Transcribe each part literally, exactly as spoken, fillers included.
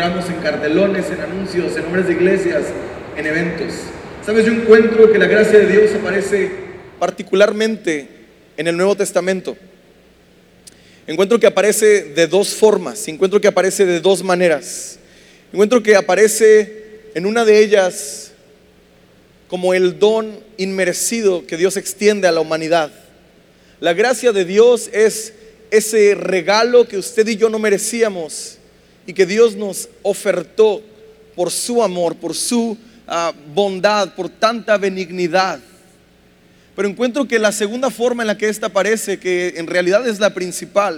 encontramos en cartelones, en anuncios, en nombres de iglesias, en eventos. ¿Sabes? Yo encuentro que la gracia de Dios aparece particularmente en el Nuevo Testamento. Encuentro que aparece de dos formas, encuentro que aparece de dos maneras. Encuentro que aparece en una de ellas como el don inmerecido que Dios extiende a la humanidad. La gracia de Dios es ese regalo que usted y yo no merecíamos y que Dios nos ofertó por su amor, por su uh, bondad, por tanta benignidad. Pero encuentro que la segunda forma en la que esta aparece, que en realidad es la principal,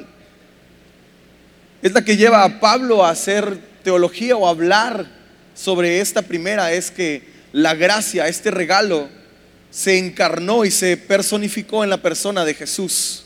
es la que lleva a Pablo a hacer teología o a hablar sobre esta primera, es que la gracia, este regalo, se encarnó y se personificó en la persona de Jesús.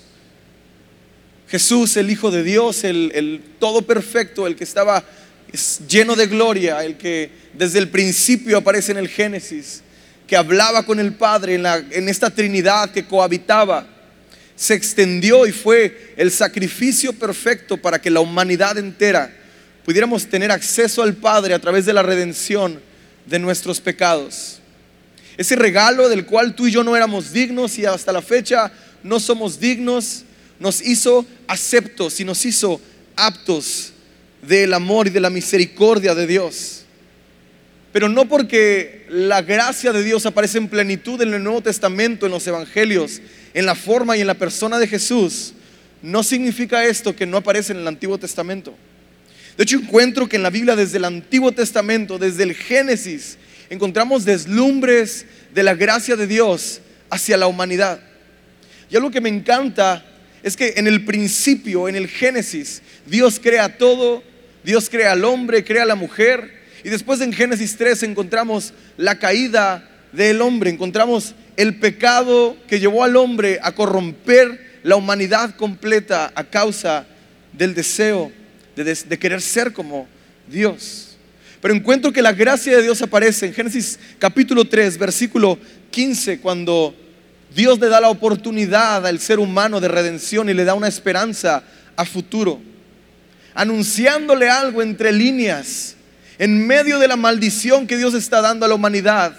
Jesús, el Hijo de Dios, el, el todo perfecto, el que estaba lleno de gloria, el que desde el principio aparece en el Génesis, que hablaba con el Padre en, la, en esta Trinidad que cohabitaba, se extendió y fue el sacrificio perfecto para que la humanidad entera pudiéramos tener acceso al Padre a través de la redención de nuestros pecados. Ese regalo del cual tú y yo no éramos dignos y hasta la fecha no somos dignos, nos hizo aceptos y nos hizo aptos del amor y de la misericordia de Dios. Pero no porque la gracia de Dios aparece en plenitud en el Nuevo Testamento, en los evangelios, en la forma y en la persona de Jesús, no significa esto que no aparece en el Antiguo Testamento. De hecho, encuentro que en la Biblia, desde el Antiguo Testamento, desde el Génesis, encontramos deslumbres de la gracia de Dios hacia la humanidad. Y algo que me encanta es que en el principio, en el Génesis, Dios crea todo. Dios crea al hombre, crea a la mujer. Y después en Génesis tres encontramos la caída del hombre. Encontramos el pecado que llevó al hombre a corromper la humanidad completa a causa del deseo de, de, de querer ser como Dios. Pero encuentro que la gracia de Dios aparece en Génesis capítulo tres, versículo quince, cuando Dios le da la oportunidad al ser humano de redención y le da una esperanza a futuro, anunciándole algo entre líneas. En medio de la maldición que Dios está dando a la humanidad,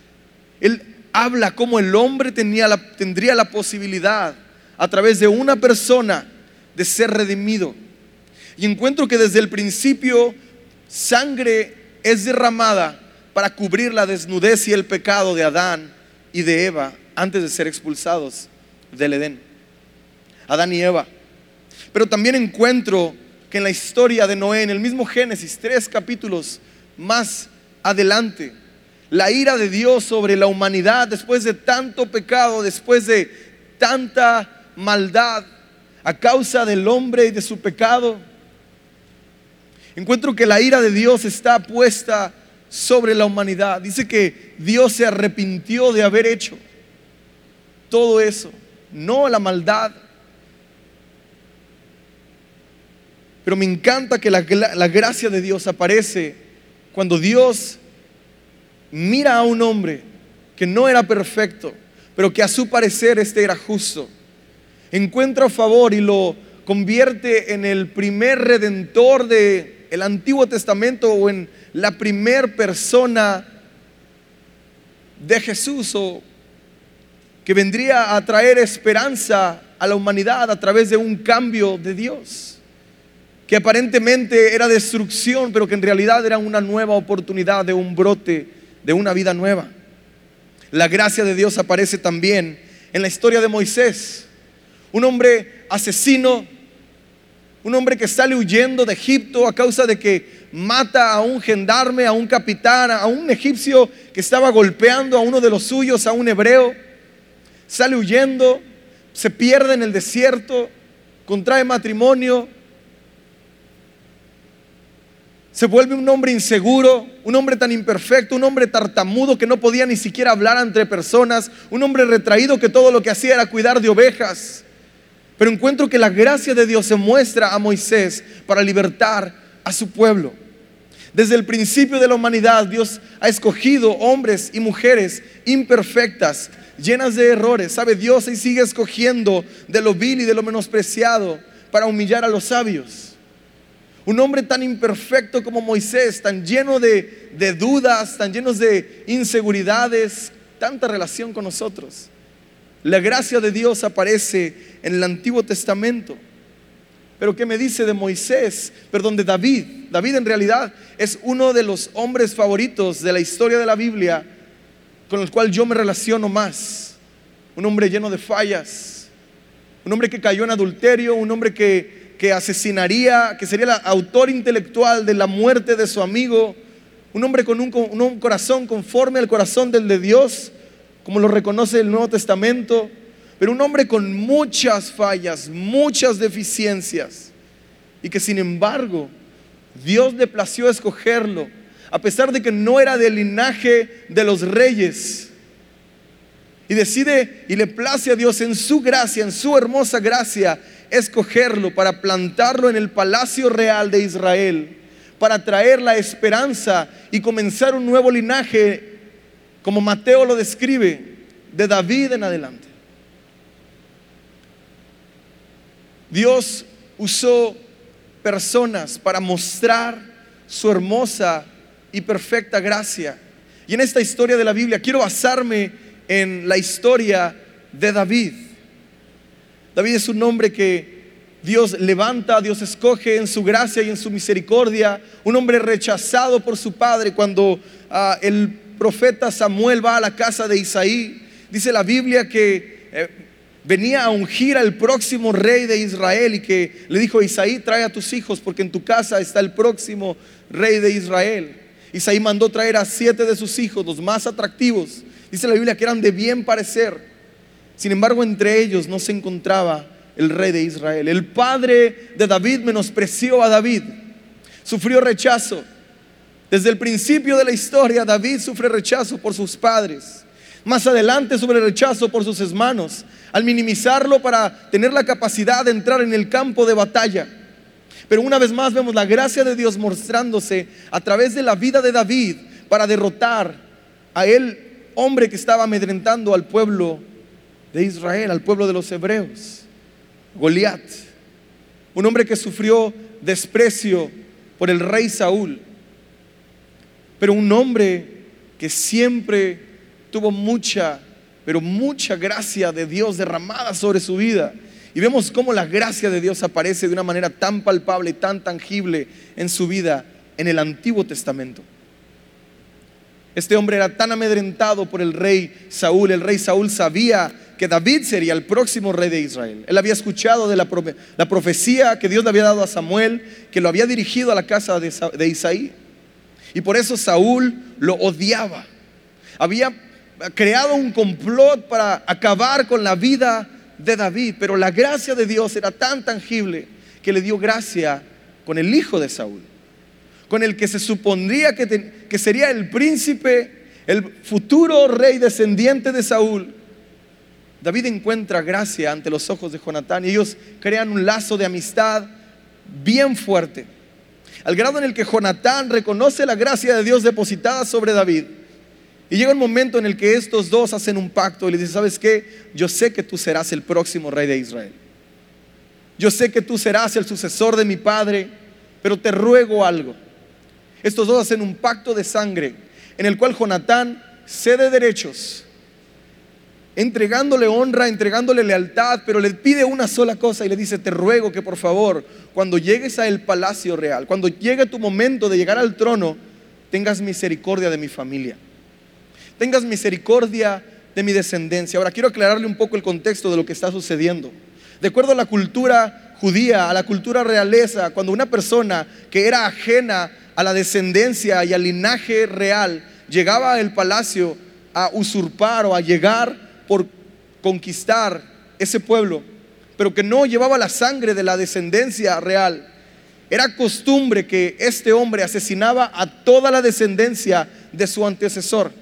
Él habla cómo el hombre tenía la, tendría la posibilidad a través de una persona de ser redimido. Y encuentro que desde el principio sangre es derramada para cubrir la desnudez y el pecado de Adán y de Eva antes de ser expulsados del Edén. Adán y Eva. Pero también encuentro que en la historia de Noé, en el mismo Génesis, tres capítulos más adelante, la ira de Dios sobre la humanidad después de tanto pecado, después de tanta maldad a causa del hombre y de su pecado, encuentro que la ira de Dios está puesta sobre la humanidad. Dice que Dios se arrepintió de haber hecho todo eso, no la maldad. Pero me encanta que la, la gracia de Dios aparece cuando Dios mira a un hombre que no era perfecto, pero que a su parecer este era justo. Encuentra favor y lo convierte en el primer redentor del Antiguo Testamento, o en la primer persona de Jesús, o que vendría a traer esperanza a la humanidad a través de un cambio de Dios, que aparentemente era destrucción, pero que en realidad era una nueva oportunidad de un brote, de una vida nueva. La gracia de Dios aparece también en la historia de Moisés, un hombre asesino, un hombre que sale huyendo de Egipto a causa de que mata a un gendarme, a un capitán, a un egipcio que estaba golpeando a uno de los suyos, a un hebreo. Sale huyendo, se pierde en el desierto, contrae matrimonio, se vuelve un hombre inseguro, un hombre tan imperfecto, un hombre tartamudo que no podía ni siquiera hablar entre personas, un hombre retraído que todo lo que hacía era cuidar de ovejas. Pero encuentro que la gracia de Dios se muestra a Moisés para libertar a su pueblo. Desde el principio de la humanidad, Dios ha escogido hombres y mujeres imperfectas, llenas de errores. Sabe, Dios y sigue escogiendo de lo vil y de lo menospreciado para humillar a los sabios. Un hombre tan imperfecto como Moisés, tan lleno de, de dudas, tan llenos de inseguridades, tanta relación con nosotros. La gracia de Dios aparece en el Antiguo Testamento. Pero ¿qué me dice de Moisés? Perdón, de David. David en realidad es uno de los hombres favoritos de la historia de la Biblia con el cual yo me relaciono más. Un hombre lleno de fallas, un hombre que cayó en adulterio, un hombre que, que asesinaría, que sería el autor intelectual de la muerte de su amigo, un hombre con un, con un corazón conforme al corazón del de Dios, como lo reconoce el Nuevo Testamento. Pero un hombre con muchas fallas, muchas deficiencias, y que sin embargo Dios le plació escogerlo, a pesar de que no era del linaje de los reyes. Y decide y le place a Dios en su gracia, en su hermosa gracia, escogerlo para plantarlo en el palacio real de Israel, para traer la esperanza y comenzar un nuevo linaje, como Mateo lo describe, de David en adelante. Dios usó personas para mostrar su hermosa y perfecta gracia. Y en esta historia de la Biblia quiero basarme en la historia de David. David es un hombre que Dios levanta, Dios escoge en su gracia y en su misericordia. Un hombre rechazado por su padre. Cuando uh, el profeta Samuel va a la casa de Isaí, dice la Biblia que eh, venía a ungir al próximo rey de Israel, y que le dijo: Isaí, trae a tus hijos porque en tu casa está el próximo rey de Israel. Isaí mandó traer a siete de sus hijos, los más atractivos. Dice la Biblia que eran de bien parecer. Sin embargo, entre ellos no se encontraba el rey de Israel. El padre de David menospreció a David, sufrió rechazo. Desde el principio de la historia, David sufre rechazo por sus padres. Más adelante sufre rechazo por sus hermanos, al minimizarlo para tener la capacidad de entrar en el campo de batalla. Pero una vez más vemos la gracia de Dios mostrándose a través de la vida de David para derrotar a él, hombre que estaba amedrentando al pueblo de Israel, al pueblo de los hebreos, Goliat, un hombre que sufrió desprecio por el rey Saúl, pero un hombre que siempre tuvo mucha, pero mucha gracia de Dios derramada sobre su vida. Y vemos cómo la gracia de Dios aparece de una manera tan palpable, tan tangible en su vida en el Antiguo Testamento. Este hombre era tan amedrentado por el rey Saúl. El rey Saúl sabía que David sería el próximo rey de Israel. Él había escuchado de la, profe- la profecía que Dios le había dado a Samuel, que lo había dirigido a la casa de, Sa- de Isaí. Y por eso Saúl lo odiaba. Había creado un complot para acabar con la vida de David, pero la gracia de Dios era tan tangible que le dio gracia con el hijo de Saúl, con el que se supondría que, te, que sería el príncipe, el futuro rey descendiente de Saúl. David encuentra gracia ante los ojos de Jonatán, y ellos crean un lazo de amistad bien fuerte, al grado en el que Jonatán reconoce la gracia de Dios depositada sobre David. Y llega un momento en el que estos dos hacen un pacto y le dicen: ¿sabes qué? Yo sé que tú serás el próximo rey de Israel. Yo sé que tú serás el sucesor de mi padre, pero te ruego algo. Estos dos hacen un pacto de sangre en el cual Jonatán cede derechos, entregándole honra, entregándole lealtad, pero le pide una sola cosa y le dice: te ruego que por favor, cuando llegues al palacio real, cuando llegue tu momento de llegar al trono, tengas misericordia de mi familia, tengas misericordia de mi descendencia. Ahora quiero aclararle un poco el contexto de lo que está sucediendo. De acuerdo a la cultura judía, a la cultura realeza, cuando una persona que era ajena a la descendencia y al linaje real llegaba al palacio a usurpar o a llegar por conquistar ese pueblo, pero que no llevaba la sangre de la descendencia real, era costumbre que este hombre asesinaba a toda la descendencia de su antecesor.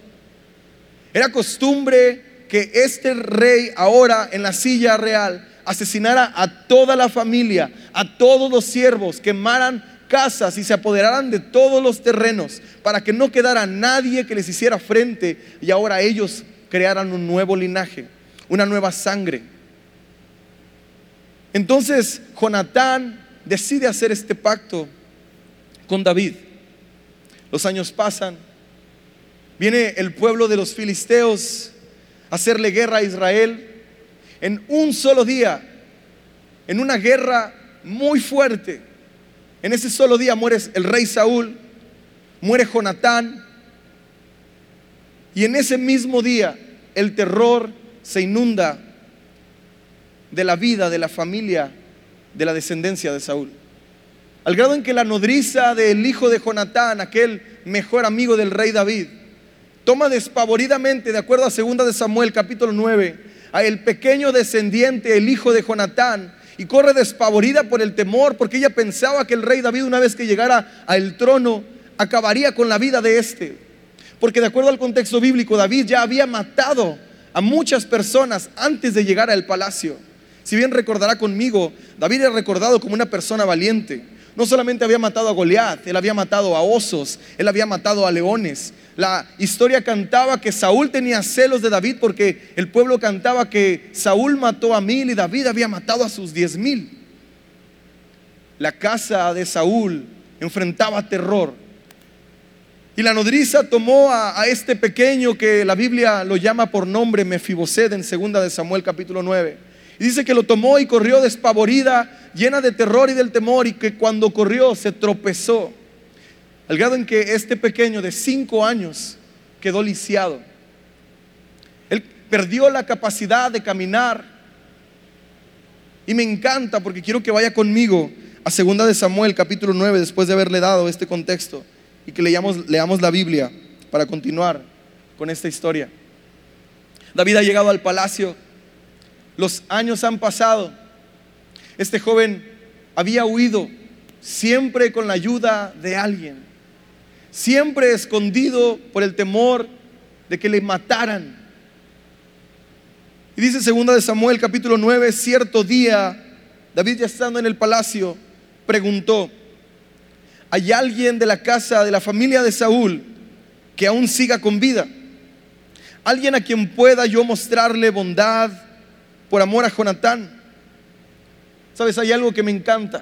Era costumbre que este rey ahora en la silla real asesinara a toda la familia, a todos los siervos, quemaran casas y se apoderaran de todos los terrenos para que no quedara nadie que les hiciera frente, y ahora ellos crearan un nuevo linaje, una nueva sangre. Entonces Jonatán decide hacer este pacto con David. Los años pasan, viene el pueblo de los filisteos a hacerle guerra a Israel. En un solo día, en una guerra muy fuerte, en ese solo día muere el rey Saúl, muere Jonatán, y en ese mismo día el terror se inunda de la vida, de la familia, de la descendencia de Saúl, al grado en que la nodriza del hijo de Jonatán, aquel mejor amigo del rey David, toma despavoridamente, de acuerdo a segunda de Samuel capítulo nueve, a el pequeño descendiente, el hijo de Jonatán, y corre despavorida por el temor, porque ella pensaba que el rey David, una vez que llegara al trono, acabaría con la vida de este, porque de acuerdo al contexto bíblico, David ya había matado a muchas personas antes de llegar al palacio. Si bien recordará conmigo, David era recordado como una persona valiente. No solamente había matado a Goliat, él había matado a osos, él había matado a leones. La historia cantaba que Saúl tenía celos de David, porque el pueblo cantaba que Saúl mató a mil y David había matado a sus diez mil. La casa de Saúl enfrentaba terror, y la nodriza tomó a, a este pequeño, que la Biblia lo llama por nombre Mefiboset en segunda de Samuel capítulo nueve, y dice que lo tomó y corrió despavorida, llena de terror y del temor, y que cuando corrió se tropezó, al grado en que este pequeño de cinco años quedó lisiado. Él perdió la capacidad de caminar. Y me encanta, porque quiero que vaya conmigo a segunda de Samuel capítulo nueve, después de haberle dado este contexto, y que leamos, leamos la Biblia para continuar con esta historia. David ha llegado al palacio, los años han pasado, este joven había huido siempre con la ayuda de alguien, siempre escondido por el temor de que le mataran. Y dice segunda de Samuel capítulo nueve, cierto día David, ya estando en el palacio, preguntó: ¿hay alguien de la casa de la familia de Saúl que aún siga con vida? ¿Alguien a quien pueda yo mostrarle bondad por amor a Jonatán? Sabes, hay algo que me encanta,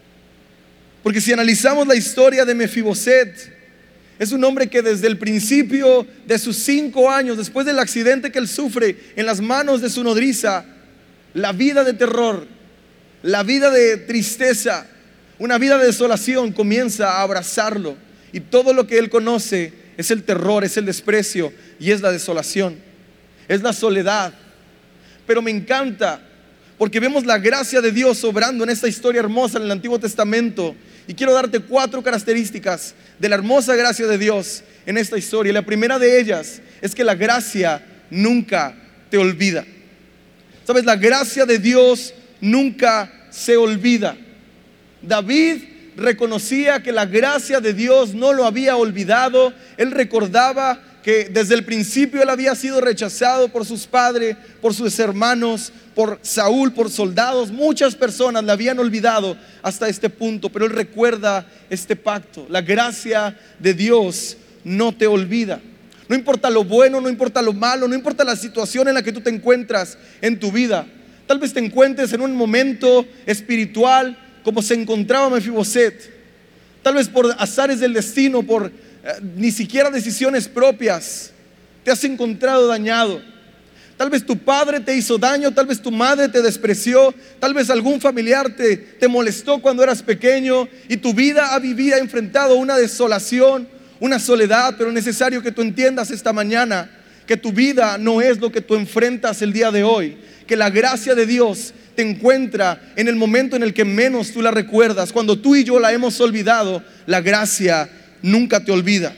porque si analizamos la historia de Mefiboset, es un hombre que desde el principio de sus cinco años, después del accidente que él sufre en las manos de su nodriza, la vida de terror, la vida de tristeza, una vida de desolación comienza a abrazarlo, y todo lo que él conoce es el terror, es el desprecio y es la desolación, es la soledad. Pero me encanta porque vemos la gracia de Dios obrando en esta historia hermosa en el Antiguo Testamento, y quiero darte cuatro características de la hermosa gracia de Dios en esta historia. Y la primera de ellas es que la gracia nunca te olvida. Sabes, la gracia de Dios nunca se olvida. David reconocía que la gracia de Dios no lo había olvidado. Él recordaba que desde el principio él había sido rechazado por sus padres, por sus hermanos, por Saúl, por soldados. Muchas personas le habían olvidado hasta este punto, pero él recuerda este pacto. La gracia de Dios no te olvida. No importa lo bueno, no importa lo malo, no importa la situación en la que tú te encuentras en tu vida. Tal vez te encuentres en un momento espiritual como se encontraba Mefiboset. Tal vez por azares del destino, por eh, ni siquiera decisiones propias, te has encontrado dañado. Tal vez tu padre te hizo daño, tal vez tu madre te despreció, tal vez algún familiar te, te molestó cuando eras pequeño, y tu vida ha vivido, ha enfrentado una desolación, una soledad. Pero es necesario que tú entiendas esta mañana que tu vida no es lo que tú enfrentas el día de hoy, que la gracia de Dios te encuentra en el momento en el que menos tú la recuerdas. Cuando tú y yo la hemos olvidado, la gracia nunca te olvida.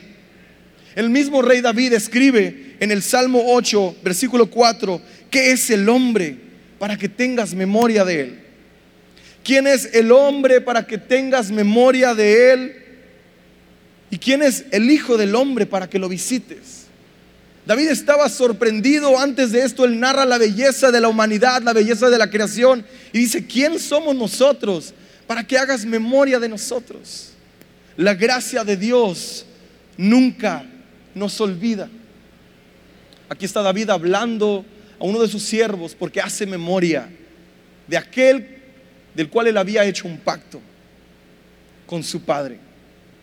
El mismo rey David escribe en el Salmo ocho, versículo cuatro: ¿qué es el hombre para que tengas memoria de él? ¿Quién es el hombre para que tengas memoria de él? ¿Y quién es el hijo del hombre para que lo visites? David estaba sorprendido. Antes de esto él narra la belleza de la humanidad, la belleza de la creación, y dice: ¿quién somos nosotros para que hagas memoria de nosotros? La gracia de Dios nunca nos olvida. Aquí está David hablando a uno de sus siervos porque hace memoria de aquel del cual él había hecho un pacto con su padre.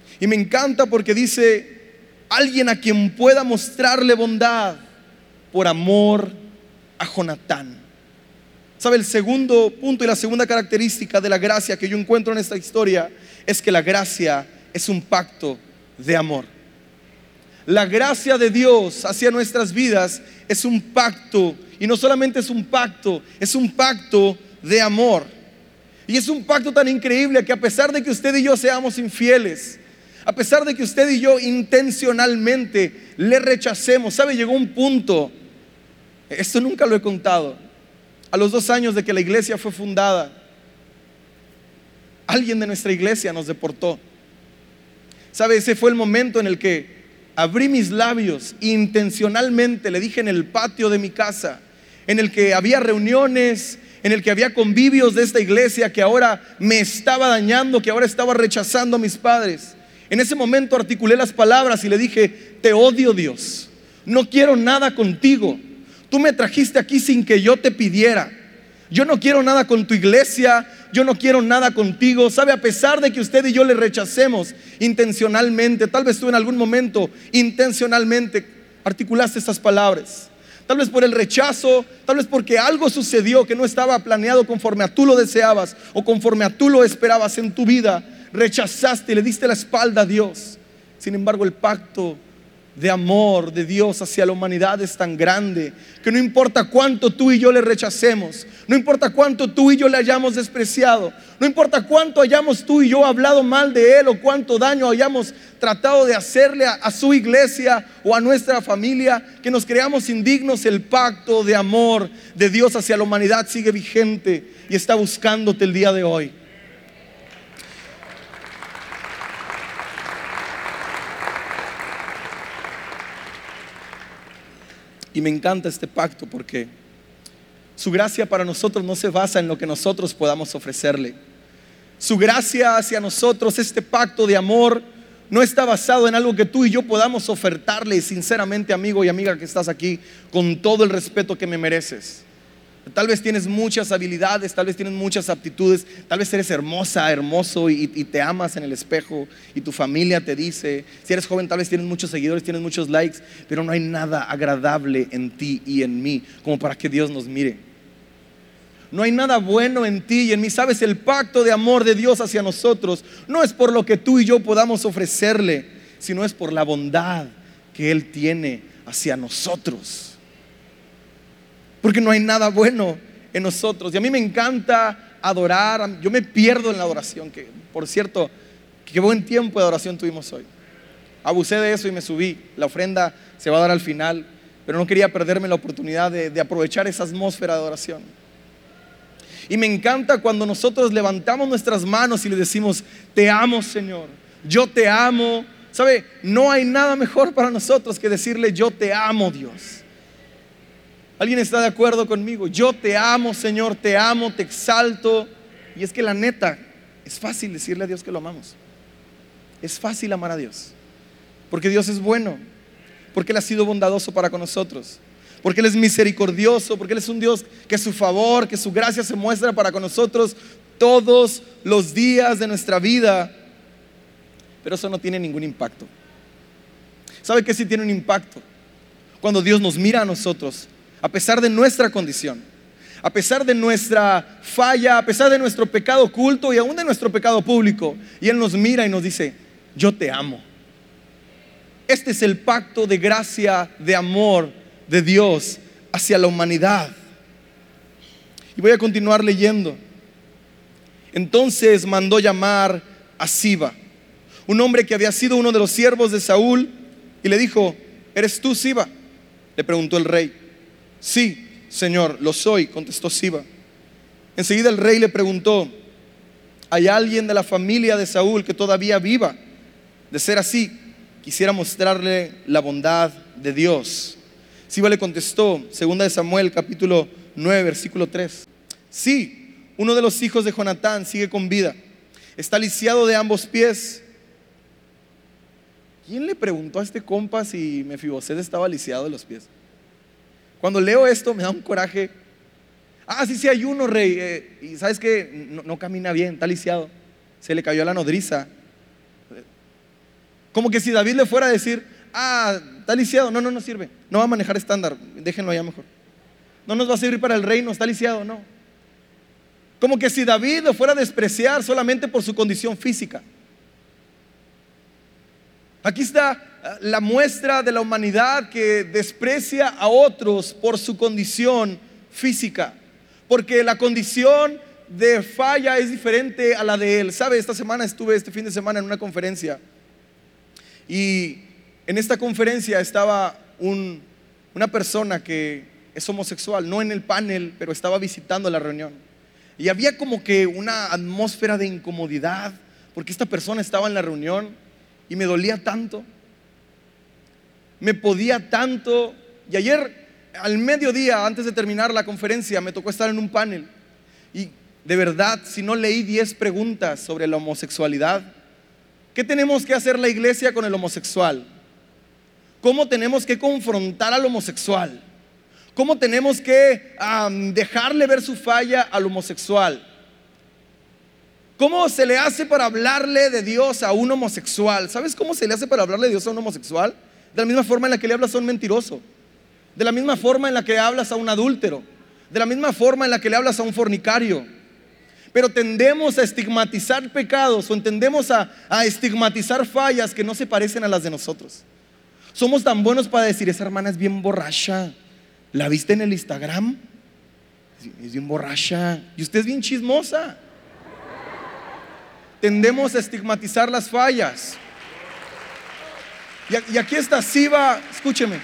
Y me encanta porque dice, alguien a quien pueda mostrarle bondad por amor a Jonatán. ¿Sabe? El segundo punto y la segunda característica de la gracia que yo encuentro en esta historia es que la gracia es un pacto de amor. La gracia de Dios hacia nuestras vidas es un pacto, y no solamente es un pacto, es un pacto de amor. Y es un pacto tan increíble que a pesar de que usted y yo seamos infieles, a pesar de que usted y yo intencionalmente le rechacemos, ¿sabe? Llegó un punto, esto nunca lo he contado, a los dos años de que la iglesia fue fundada, alguien de nuestra iglesia nos deportó. ¿Sabe? Ese fue el momento en el que abrí mis labios e intencionalmente le dije en el patio de mi casa, en el que había reuniones, en el que había convivios de esta iglesia, que ahora me estaba dañando, que ahora estaba rechazando a mis padres. En ese momento articulé las palabras y le dije: te odio, Dios, no quiero nada contigo. Tú me trajiste aquí sin que yo te pidiera. Yo no quiero nada con tu iglesia, yo no quiero nada contigo. ¿Sabe? A pesar de que usted y yo le rechacemos intencionalmente, tal vez tú en algún momento intencionalmente articulaste estas palabras. Tal vez por el rechazo, tal vez porque algo sucedió que no estaba planeado conforme a tú lo deseabas o conforme a tú lo esperabas en tu vida. Rechazaste y le diste la espalda a Dios. Sin embargo, el pacto de amor de Dios hacia la humanidad es tan grande que no importa cuánto tú y yo le rechacemos, no importa cuánto tú y yo le hayamos despreciado, no importa cuánto hayamos tú y yo hablado mal de Él, o cuánto daño hayamos tratado de hacerle a, a su iglesia o a nuestra familia, que nos creamos indignos, el pacto de amor de Dios hacia la humanidad sigue vigente y está buscándote el día de hoy. Y me encanta este pacto porque su gracia para nosotros no se basa en lo que nosotros podamos ofrecerle. Su gracia hacia nosotros, este pacto de amor, no está basado en algo que tú y yo podamos ofertarle. Sinceramente, amigo y amiga que estás aquí, con todo el respeto que me mereces, tal vez tienes muchas habilidades, tal vez tienes muchas aptitudes, tal vez eres hermosa, hermoso y, y te amas en el espejo y tu familia te dice, si eres joven tal vez tienes muchos seguidores, tienes muchos likes, pero no hay nada agradable en ti y en mí como para que Dios nos mire. No hay nada bueno en ti y en mí. ¿Sabes? El pacto de amor de Dios hacia nosotros no es por lo que tú y yo podamos ofrecerle, sino es por la bondad que Él tiene hacia nosotros. Porque no hay nada bueno en nosotros. Y a mí me encanta adorar. Yo me pierdo en la adoración. Que, por cierto, qué buen tiempo de adoración tuvimos hoy. Abusé de eso y me subí. La ofrenda se va a dar al final, pero no quería perderme la oportunidad de, de aprovechar esa atmósfera de adoración. Y me encanta cuando nosotros levantamos nuestras manos y le decimos: te amo, Señor, yo te amo. ¿Sabe? No hay nada mejor para nosotros que decirle: yo te amo, Dios. ¿Alguien está de acuerdo conmigo? Yo te amo, Señor, te amo, te exalto. Y es que la neta, es fácil decirle a Dios que lo amamos. Es fácil amar a Dios, porque Dios es bueno, porque Él ha sido bondadoso para con nosotros, porque Él es misericordioso, porque Él es un Dios que su favor, que su gracia se muestra para con nosotros todos los días de nuestra vida. Pero eso no tiene ningún impacto. ¿Sabe qué sí tiene un impacto? Cuando Dios nos mira a nosotros, a pesar de nuestra condición, a pesar de nuestra falla, a pesar de nuestro pecado oculto y aún de nuestro pecado público, y Él nos mira y nos dice: yo te amo. Este es el pacto de gracia, de amor de Dios hacia la humanidad. Y voy a continuar leyendo. Entonces mandó llamar a Siba, un hombre que había sido uno de los siervos de Saúl, y le dijo: ¿eres tú, Siba?, le preguntó el rey. Sí, Señor, lo soy, contestó Siba. Enseguida el rey le preguntó: ¿hay alguien de la familia de Saúl que todavía viva? De ser así, quisiera mostrarle la bondad de Dios. Siba le contestó, segunda de Samuel capítulo nueve versículo tres: sí, uno de los hijos de Jonatán sigue con vida, está lisiado de ambos pies. ¿Quién le preguntó a este compa si Mefiboset estaba lisiado de los pies? Cuando leo esto me da un coraje. Ah, sí, sí, hay uno, rey, eh, y ¿sabes qué? No, no camina bien, está lisiado, se le cayó la nodriza. Como que si David le fuera a decir: ah, está lisiado, no, no, no sirve, no va a manejar estándar, déjenlo allá mejor. No nos va a servir para el reino, está lisiado, no. Como que si David lo fuera a despreciar solamente por su condición física. Aquí está la muestra de la humanidad que desprecia a otros por su condición física, porque la condición de falla es diferente a la de él. Sabe, esta semana estuve, este fin de semana, en una conferencia, y en esta conferencia estaba un, una persona que es homosexual, no en el panel, pero estaba visitando la reunión. Y había como que una atmósfera de incomodidad, porque esta persona estaba en la reunión y me dolía tanto, me podía tanto. Y ayer al mediodía, antes de terminar la conferencia, me tocó estar en un panel. Y de verdad, si no leí diez preguntas sobre la homosexualidad. ¿Qué tenemos que hacer la iglesia con el homosexual? ¿Cómo tenemos que confrontar al homosexual? ¿Cómo tenemos que um, dejarle ver su falla al homosexual? ¿Cómo se le hace para hablarle de Dios a un homosexual? ¿Sabes cómo se le hace para hablarle de Dios a un homosexual? De la misma forma en la que le hablas a un mentiroso, de la misma forma en la que hablas a un adúltero, de la misma forma en la que le hablas a un fornicario. Pero tendemos a estigmatizar pecados, o tendemos a, a estigmatizar fallas que no se parecen a las de nosotros. Somos tan buenos para decir: esa hermana es bien borracha, ¿la viste en el Instagram? Es bien borracha. Y usted es bien chismosa. Tendemos a estigmatizar las fallas. Y aquí está Siva, escúcheme.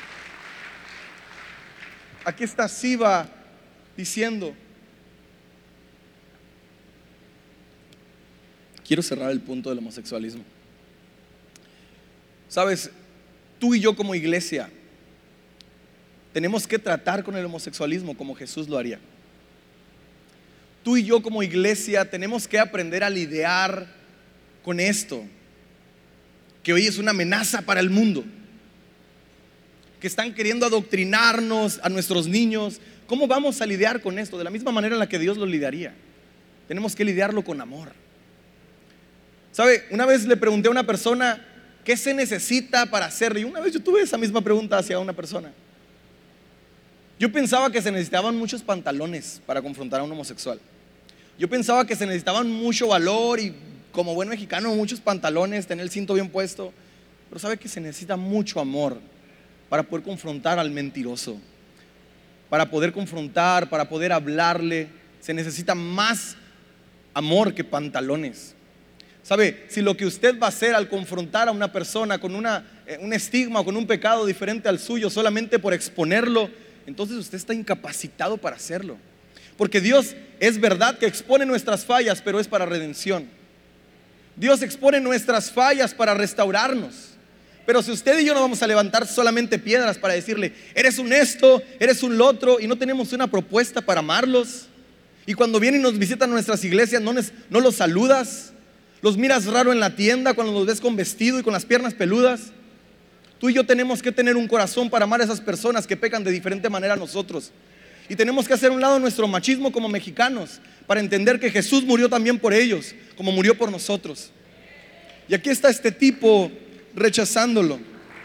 Aquí está Siva diciendo: quiero cerrar el punto del homosexualismo. Sabes, tú y yo como iglesia tenemos que tratar con el homosexualismo como Jesús lo haría. Tú y yo como iglesia tenemos que aprender a lidiar con esto, que hoy es una amenaza para el mundo, que están queriendo adoctrinarnos a nuestros niños. ¿Cómo vamos a lidiar con esto? De la misma manera en la que Dios lo lidiaría. Tenemos que lidiarlo con amor. ¿Sabe? Una vez le pregunté a una persona: ¿qué se necesita para hacerlo? Y una vez yo tuve esa misma pregunta hacia una persona. Yo pensaba que se necesitaban muchos pantalones para confrontar a un homosexual. Yo pensaba que se necesitaban mucho valor y, como buen mexicano, muchos pantalones, tener el cinto bien puesto. Pero sabe que se necesita mucho amor para poder confrontar al mentiroso, para poder confrontar, para poder hablarle. Se necesita más amor que pantalones. ¿Sabe? Si lo que usted va a hacer al confrontar a una persona con una, eh, un estigma o con un pecado diferente al suyo, solamente por exponerlo, entonces usted está incapacitado para hacerlo. Porque Dios es verdad que expone nuestras fallas, pero es para redención. Dios expone nuestras fallas para restaurarnos. Pero si usted y yo no vamos a levantar solamente piedras para decirle: eres un esto, eres un lo otro, y no tenemos una propuesta para amarlos, y cuando vienen y nos visitan nuestras iglesias no, les, no los saludas, los miras raro en la tienda cuando los ves con vestido y con las piernas peludas. Tú y yo tenemos que tener un corazón para amar a esas personas que pecan de diferente manera a nosotros. Y tenemos que hacer a un lado nuestro machismo como mexicanos, para entender que Jesús murió también por ellos, como murió por nosotros. Y aquí está este tipo rechazándolo,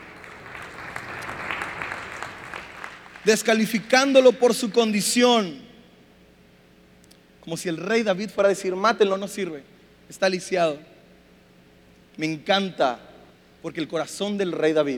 descalificándolo por su condición, como si el rey David fuera a decir: mátenlo, no sirve, está lisiado. Me encanta, porque el corazón del rey David,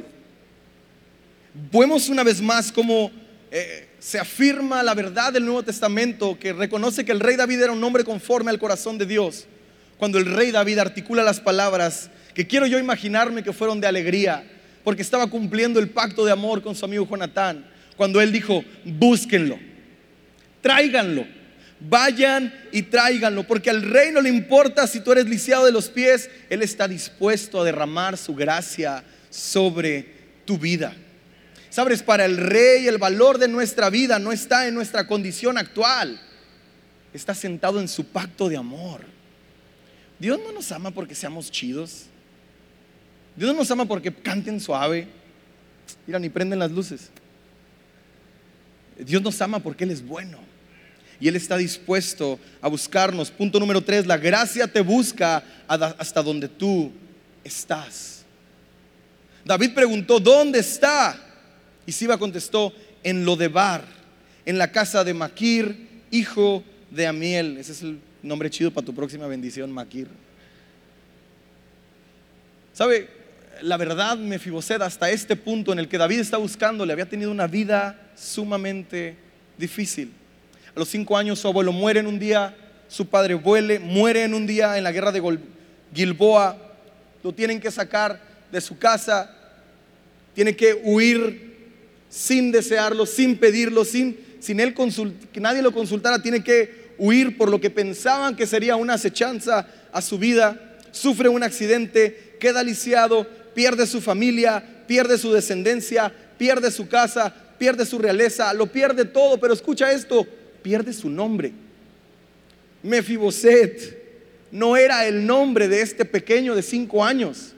vemos una vez más cómo eh, se afirma la verdad del Nuevo Testamento, que reconoce que el rey David era un hombre conforme al corazón de Dios. Cuando el rey David articula las palabras que quiero yo imaginarme que fueron de alegría, porque estaba cumpliendo el pacto de amor con su amigo Jonatán, cuando él dijo: búsquenlo, tráiganlo, vayan y tráiganlo, porque al rey no le importa si tú eres lisiado de los pies, él está dispuesto a derramar su gracia sobre tu vida. Sabes, para el rey el valor de nuestra vida no está en nuestra condición actual, está sentado en su pacto de amor. Dios no nos ama porque seamos chidos. Dios no nos ama porque canten suave. Mira, ni prenden las luces. Dios nos ama porque Él es bueno y Él está dispuesto a buscarnos. Punto número tres: la gracia te busca hasta donde tú estás. David preguntó: ¿dónde está? Y Siba contestó: en Lodebar, en la casa de Maquir, hijo de Amiel. Ese es el nombre chido para tu próxima bendición, Maquir. ¿Sabe? La verdad, Mefiboset, hasta este punto en el que David está buscándole, había tenido una vida sumamente difícil. A los cinco años su abuelo muere en un día, su padre vuele, muere en un día en la guerra de Gol- Gilboa. Lo tienen que sacar de su casa, tiene que huir sin desearlo, sin pedirlo, sin, sin él consult- que nadie lo consultara. Tiene que huir por lo que pensaban que sería una acechanza a su vida. Sufre un accidente, queda lisiado, pierde su familia, pierde su descendencia, pierde su casa, pierde su realeza, lo pierde todo. Pero escucha esto, pierde su nombre. Mefiboset no era el nombre de este pequeño de cinco años.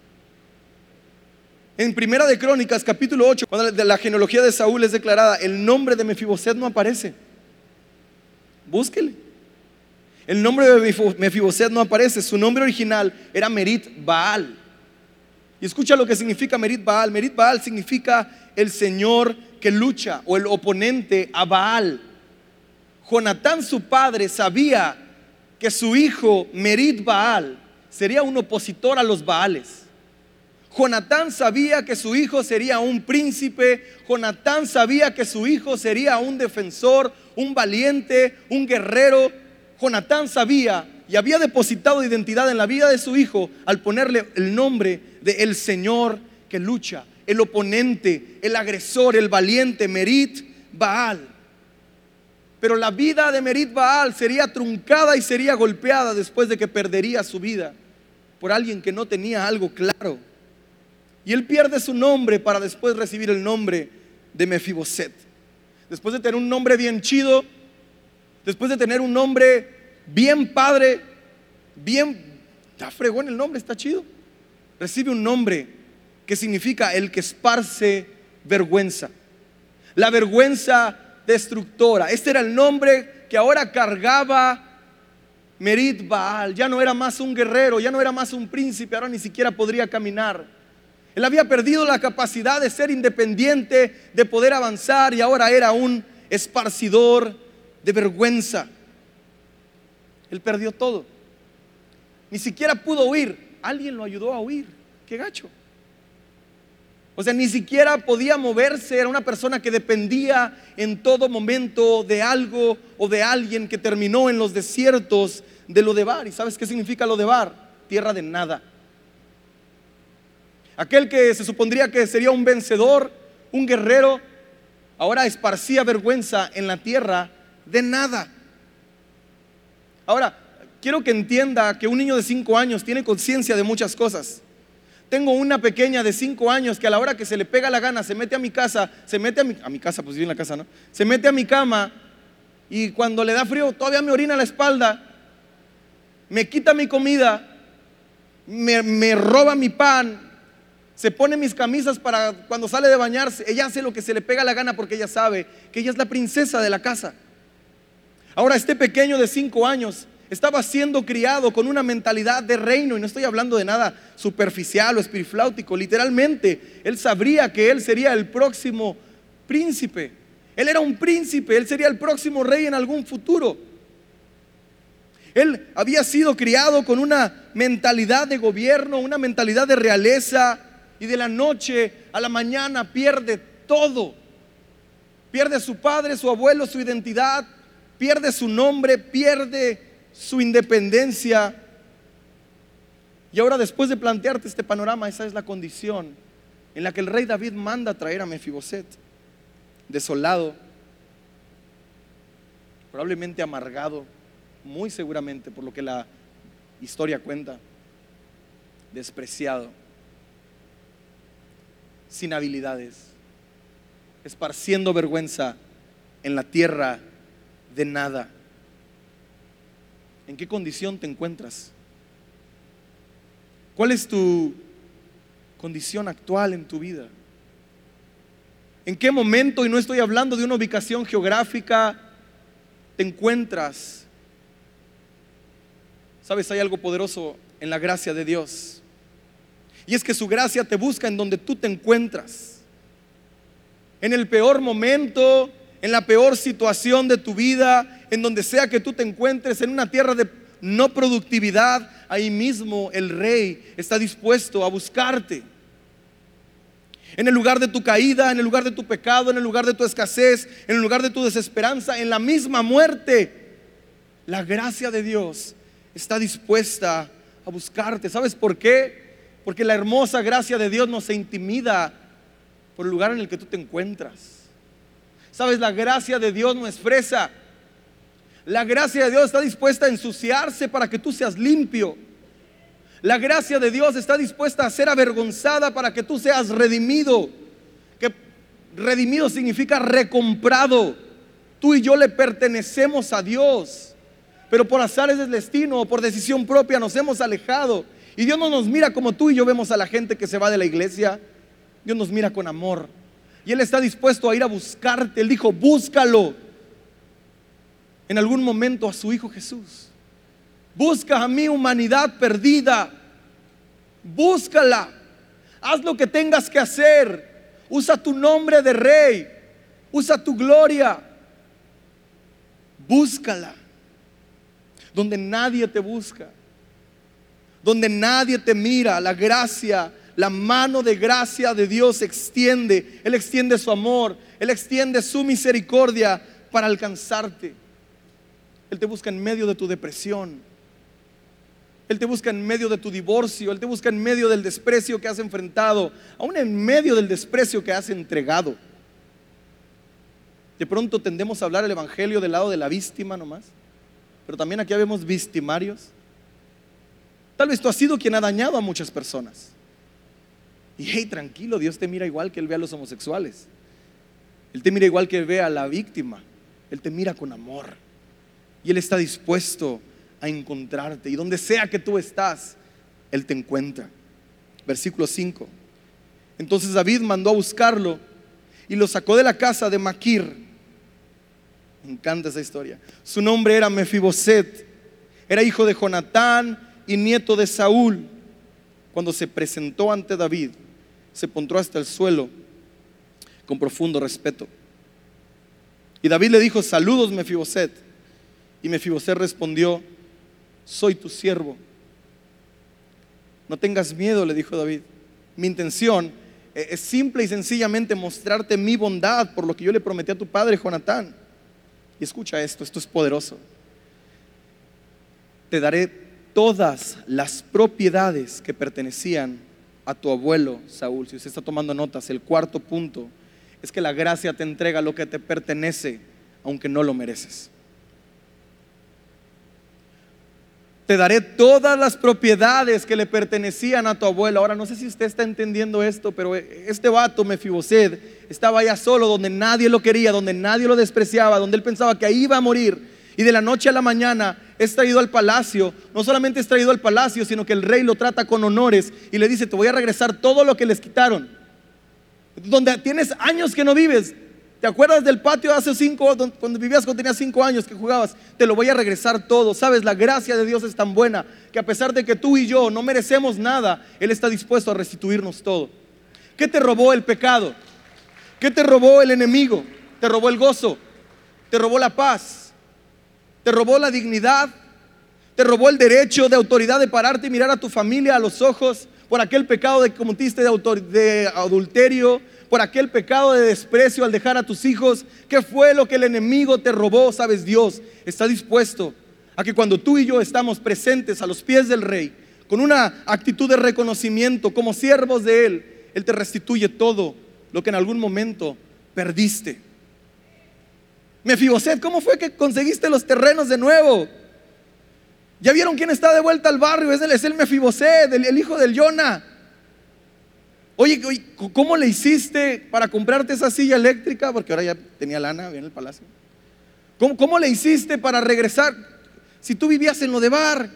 En Primera de Crónicas, capítulo ocho, cuando la genealogía de Saúl es declarada, el nombre de Mefiboset no aparece. Búsquele. El nombre de Mefiboset no aparece. Su nombre original era Merit Baal. Y escucha lo que significa Merit Baal. Merit Baal significa el Señor que lucha, o el oponente a Baal. Jonatán, su padre, sabía que su hijo Merit Baal sería un opositor a los Baales. Jonatán sabía que su hijo sería un príncipe. Jonatán sabía que su hijo sería un defensor, un valiente, un guerrero. Jonatán sabía y había depositado identidad en la vida de su hijo al ponerle el nombre de el Señor que lucha, el oponente, el agresor, el valiente, Merit Baal. Pero la vida de Merit Baal sería truncada y sería golpeada después de que perdería su vida por alguien que no tenía algo claro. Y él pierde su nombre para después recibir el nombre de Mefiboset. Después de tener un nombre bien chido, después de tener un nombre bien padre, bien, está fregón el nombre, está chido, recibe un nombre que significa el que esparce vergüenza. La vergüenza destructora. Este era el nombre que ahora cargaba Merit Baal. Ya no era más un guerrero, ya no era más un príncipe, ahora ni siquiera podría caminar. Él había perdido la capacidad de ser independiente, de poder avanzar, y ahora era un esparcidor de vergüenza. Él perdió todo. Ni siquiera pudo huir. Alguien lo ayudó a huir. Qué gacho. O sea, ni siquiera podía moverse. Era una persona que dependía en todo momento de algo o de alguien, que terminó en los desiertos de Lodebar. ¿Y sabes qué significa Lodebar? Tierra de nada. Aquel que se supondría que sería un vencedor, un guerrero, ahora esparcía vergüenza en la tierra de nada. Ahora, quiero que entienda que un niño de cinco años tiene conciencia de muchas cosas. Tengo una pequeña de cinco años que a la hora que se le pega la gana se mete a mi casa, se mete a mi, a mi casa, pues vive en la casa, ¿no? Se mete a mi cama y cuando le da frío todavía me orina la espalda, me quita mi comida, me, me roba mi pan, se pone mis camisas para cuando sale de bañarse. Ella hace lo que se le pega la gana porque ella sabe que ella es la princesa de la casa. Ahora, este pequeño de cinco años estaba siendo criado con una mentalidad de reino, y no estoy hablando de nada superficial o espirifláutico. Literalmente, él sabría que él sería el próximo príncipe. Él era un príncipe, él sería el próximo rey en algún futuro. Él había sido criado con una mentalidad de gobierno, una mentalidad de realeza, y de la noche a la mañana pierde todo. Pierde a su padre, su abuelo, su identidad, pierde su nombre, pierde su independencia. Y ahora, después de plantearte este panorama, esa es la condición en la que el rey David manda a traer a Mefiboset, desolado, probablemente amargado, muy seguramente por lo que la historia cuenta, despreciado, sin habilidades, esparciendo vergüenza en la tierra de nada. ¿En qué condición te encuentras? ¿Cuál es tu condición actual en tu vida? ¿En qué momento, y no estoy hablando de una ubicación geográfica, te encuentras? Sabes, hay algo poderoso en la gracia de Dios. Y es que su gracia te busca en donde tú te encuentras. En el peor momento, en la peor situación de tu vida, en donde sea que tú te encuentres, en una tierra de no productividad, ahí mismo el Rey está dispuesto a buscarte. En el lugar de tu caída, en el lugar de tu pecado, en el lugar de tu escasez, en el lugar de tu desesperanza, en la misma muerte, la gracia de Dios está dispuesta a buscarte. ¿Sabes por qué? Porque la hermosa gracia de Dios no se intimida por el lugar en el que tú te encuentras. ¿Sabes? La gracia de Dios no es fresa. La gracia de Dios está dispuesta a ensuciarse para que tú seas limpio. La gracia de Dios está dispuesta a ser avergonzada para que tú seas redimido. Que redimido significa recomprado. Tú y yo le pertenecemos a Dios, pero por azares del destino o por decisión propia nos hemos alejado. Y Dios no nos mira como tú y yo vemos a la gente que se va de la iglesia. Dios nos mira con amor. Y Él está dispuesto a ir a buscarte. Él dijo, búscalo. En algún momento a su Hijo Jesús. Busca a mi humanidad perdida. Búscala. Haz lo que tengas que hacer. Usa tu nombre de Rey. Usa tu gloria. Búscala. Donde nadie te busca. Donde nadie te mira. La gracia, la mano de gracia de Dios se extiende. Él extiende su amor. Él extiende su misericordia para alcanzarte. Él te busca en medio de tu depresión. Él te busca en medio de tu divorcio. Él te busca en medio del desprecio que has enfrentado, aún en medio del desprecio que has entregado. De pronto tendemos a hablar el evangelio del lado de la víctima nomás, pero también aquí vemos victimarios. Tal vez tú has sido quien ha dañado a muchas personas. Y hey, tranquilo, Dios te mira igual que Él ve a los homosexuales. Él te mira igual que Él ve a la víctima. Él te mira con amor. Y Él está dispuesto a encontrarte. Y donde sea que tú estás, Él te encuentra. Versículo cinco. Entonces David mandó a buscarlo y lo sacó de la casa de Maquir. Me encanta esa historia. Su nombre era Mefiboset. Era hijo de Jonatán y nieto de Saúl. Cuando se presentó ante David, se postró hasta el suelo con profundo respeto. Y David le dijo, saludos Mefiboset. Y Mefiboset respondió, soy tu siervo. No tengas miedo, le dijo David. Mi intención es simple y sencillamente mostrarte mi bondad por lo que yo le prometí a tu padre Jonatán. Y escucha esto, esto es poderoso. Te daré todas las propiedades que pertenecían a tu abuelo Saúl. Si usted está tomando notas, el cuarto punto es que la gracia te entrega lo que te pertenece, aunque no lo mereces. Te daré todas las propiedades que le pertenecían a tu abuelo. Ahora no sé si usted está entendiendo esto, pero este vato Mefiboset estaba allá solo, donde nadie lo quería, donde nadie lo despreciaba, donde él pensaba que ahí iba a morir. Y de la noche a la mañana es traído al palacio. No solamente es traído al palacio, sino que el rey lo trata con honores y le dice, te voy a regresar todo lo que les quitaron. Donde tienes años que no vives. ¿Te acuerdas del patio de hace cinco, cuando vivías cuando tenías cinco años que jugabas? Te lo voy a regresar todo. Sabes, la gracia de Dios es tan buena que a pesar de que tú y yo no merecemos nada, Él está dispuesto a restituirnos todo. ¿Qué te robó el pecado? ¿Qué te robó el enemigo? Te robó el gozo, te robó la paz, te robó la dignidad, te robó el derecho de autoridad de pararte y mirar a tu familia a los ojos por aquel pecado de que cometiste de, autor, de adulterio, por aquel pecado de desprecio al dejar a tus hijos. ¿Qué fue lo que el enemigo te robó? Sabes, Dios está dispuesto a que cuando tú y yo estamos presentes a los pies del Rey, con una actitud de reconocimiento como siervos de Él, Él te restituye todo lo que en algún momento perdiste. Mefiboset, ¿cómo fue que conseguiste los terrenos de nuevo? ¿Ya vieron quién está de vuelta al barrio? Es el, es el Mefiboset, el, el hijo del Yona. Oye, oye, ¿cómo le hiciste para comprarte esa silla eléctrica? Porque ahora ya tenía lana, había en el palacio. ¿Cómo, cómo le hiciste para regresar? Si tú vivías en Lodebar,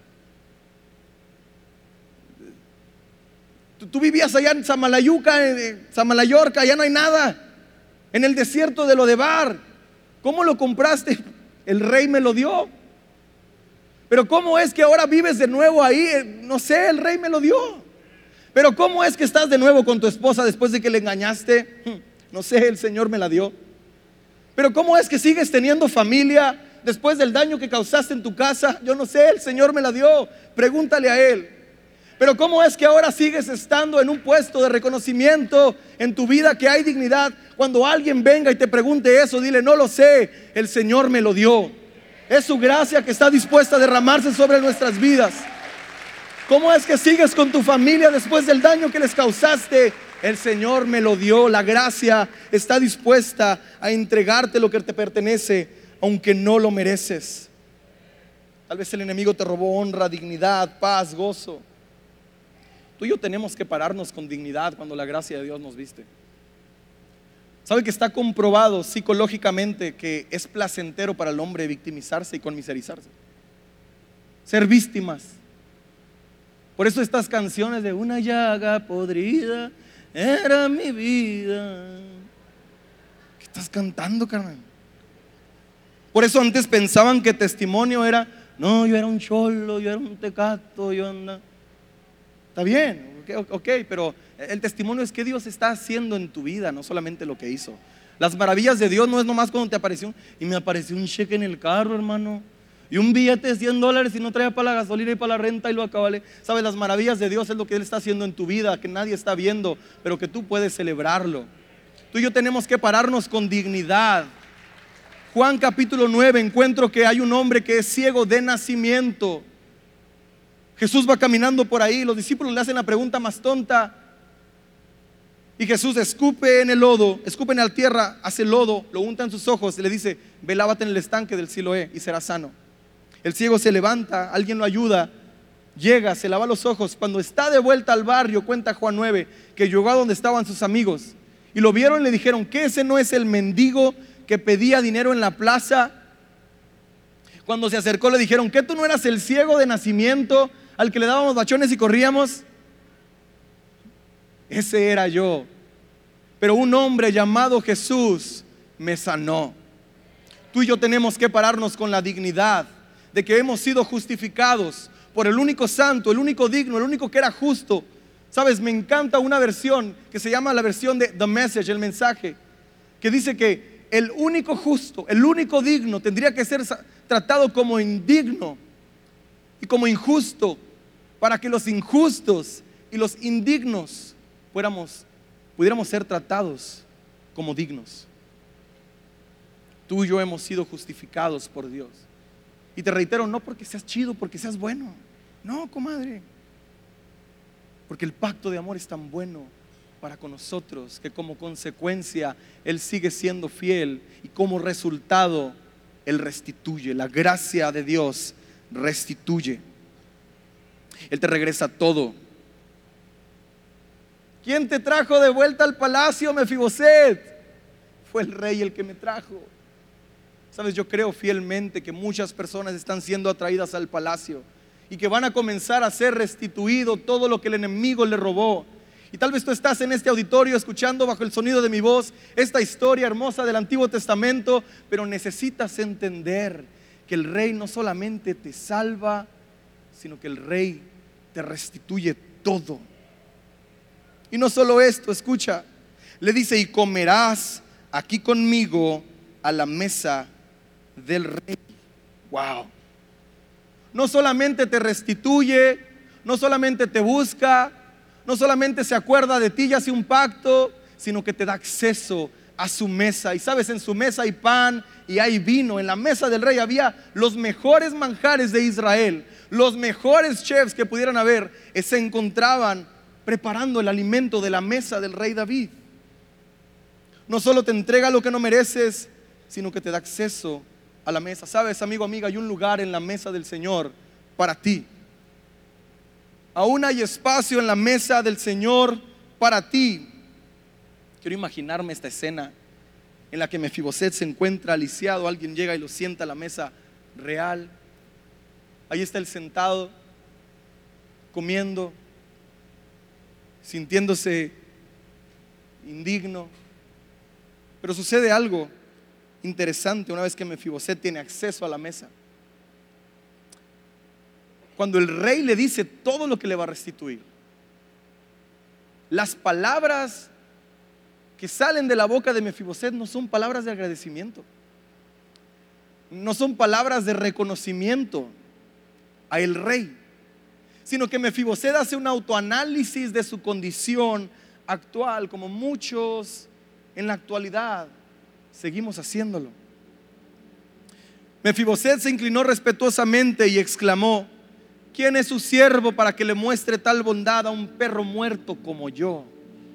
tú, tú vivías allá en Samalayuca, en Samalayorca, allá no hay nada. En el desierto de Lodebar, ¿cómo lo compraste? El rey me lo dio. Pero ¿cómo es que ahora vives de nuevo ahí? No sé, el rey me lo dio. Pero ¿cómo es que estás de nuevo con tu esposa después de que le engañaste? No sé, el Señor me la dio. Pero ¿cómo es que sigues teniendo familia después del daño que causaste en tu casa? Yo no sé, el Señor me la dio. Pregúntale a Él. Pero ¿cómo es que ahora sigues estando en un puesto de reconocimiento en tu vida, que hay dignidad? Cuando alguien venga y te pregunte eso, dile: no lo sé, el Señor me lo dio. Es su gracia que está dispuesta a derramarse sobre nuestras vidas. ¿Cómo es que sigues con tu familia después del daño que les causaste? El Señor me lo dio. La gracia está dispuesta a entregarte lo que te pertenece, aunque no lo mereces. Tal vez el enemigo te robó honra, dignidad, paz, gozo. Tú y yo tenemos que pararnos con dignidad cuando la gracia de Dios nos viste. ¿Sabe que está comprobado psicológicamente que es placentero para el hombre victimizarse y conmiserizarse? Ser víctimas. Por eso estas canciones de una llaga podrida era mi vida. ¿Qué estás cantando, carnal? Por eso antes pensaban que testimonio era: no, yo era un cholo, yo era un tecato, yo anda. Está bien, ok, ok, pero el testimonio es que Dios está haciendo en tu vida, no solamente lo que hizo. Las maravillas de Dios no es nomás cuando te apareció y me apareció un cheque en el carro, hermano, y un billete de cien dólares y no traía para la gasolina y para la renta y lo acabale. Sabes, las maravillas de Dios es lo que Él está haciendo en tu vida, que nadie está viendo, pero que tú puedes celebrarlo. Tú y yo tenemos que pararnos con dignidad. Juan capítulo nueve, encuentro que hay un hombre que es ciego de nacimiento. Jesús va caminando por ahí, los discípulos le hacen la pregunta más tonta y Jesús escupe en el lodo, escupe en la tierra, hace lodo, lo unta en sus ojos y le dice: ve, lávate en el estanque del Siloé y serás sano. El ciego se levanta, alguien lo ayuda, llega, se lava los ojos. Cuando está de vuelta al barrio, cuenta Juan nueve, que llegó a donde estaban sus amigos y lo vieron y le dijeron: ¿qué ese no es el mendigo que pedía dinero en la plaza? Cuando se acercó le dijeron: ¿qué tú no eras el ciego de nacimiento al que le dábamos bachones y corríamos? Ese era yo. Pero un hombre llamado Jesús me sanó. Tú y yo tenemos que pararnos con la dignidad de que hemos sido justificados por el único santo, el único digno, el único que era justo. Sabes, me encanta una versión que se llama la versión de The Message, el mensaje, que dice que el único justo, el único digno tendría que ser tratado como indigno y como injusto, para que los injustos y los indignos pudiéramos, pudiéramos ser tratados como dignos. Tú y yo hemos sido justificados por Dios. Y te reitero, no porque seas chido, porque seas bueno. No, comadre. Porque el pacto de amor es tan bueno para con nosotros que como consecuencia Él sigue siendo fiel y como resultado Él restituye. La gracia de Dios restituye. Él te regresa todo. ¿Quién te trajo de vuelta al palacio, Mefiboset? Fue el rey el que me trajo. Sabes, yo creo fielmente que muchas personas están siendo atraídas al palacio y que van a comenzar a ser restituido todo lo que el enemigo le robó. Y tal vez tú estás en este auditorio escuchando bajo el sonido de mi voz esta historia hermosa del Antiguo Testamento, pero necesitas entender que el rey no solamente te salva, sino que el rey te restituye todo. Y no solo esto, escucha, le dice: y comerás aquí conmigo a la mesa del rey. Wow. No solamente te restituye, no solamente te busca, no solamente se acuerda de ti y hace un pacto, sino que te da acceso a su mesa. Y sabes, en su mesa hay pan y hay vino. En la mesa del rey había los mejores manjares de Israel. Los mejores chefs que pudieran haber se encontraban preparando el alimento de la mesa del rey David. No solo te entrega lo que no mereces, sino que te da acceso a la mesa. Sabes, amigo, amiga, hay un lugar en la mesa del Señor para ti. Aún hay espacio en la mesa del Señor para ti. Quiero imaginarme esta escena en la que Mefiboset se encuentra lisiado, alguien llega y lo sienta a la mesa real. Ahí está él sentado, comiendo, sintiéndose indigno. Pero sucede algo interesante una vez que Mefiboset tiene acceso a la mesa. Cuando el rey le dice todo lo que le va a restituir, Las palabras que salen de la boca de Mefiboset no son palabras de agradecimiento, no son palabras de reconocimiento a el rey, sino que Mefiboset hace un autoanálisis de su condición actual, como muchos en la actualidad seguimos haciéndolo. Mefiboset se inclinó respetuosamente y exclamó: ¿quién es su siervo para que le muestre tal bondad a un perro muerto como yo?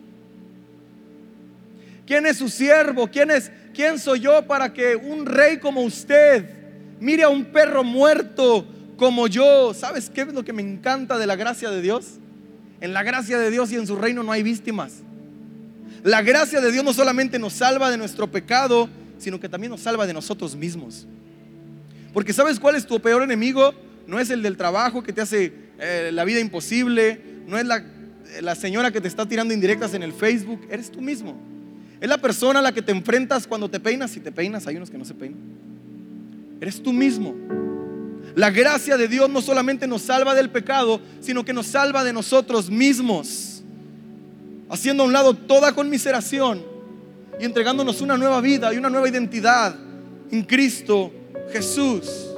¿Quién es su siervo? ¿Quién es, quién soy yo para que un rey como usted mire a un perro muerto como yo? ¿Sabes qué es lo que me encanta de la gracia de Dios? En la gracia de Dios y en su reino no hay víctimas. La gracia de Dios no solamente nos salva de nuestro pecado, sino que también nos salva de nosotros mismos. Porque ¿sabes cuál es tu peor enemigo? No es el del trabajo que te hace eh, la vida imposible, no es la, la señora que te está tirando indirectas en el Facebook. Eres tú mismo. Es la persona a la que te enfrentas cuando te peinas. Si te peinas, hay unos que no se peinan. Eres tú mismo. La gracia de Dios no solamente nos salva del pecado, sino que nos salva de nosotros mismos, haciendo a un lado toda conmiseración y entregándonos una nueva vida y una nueva identidad en Cristo Jesús.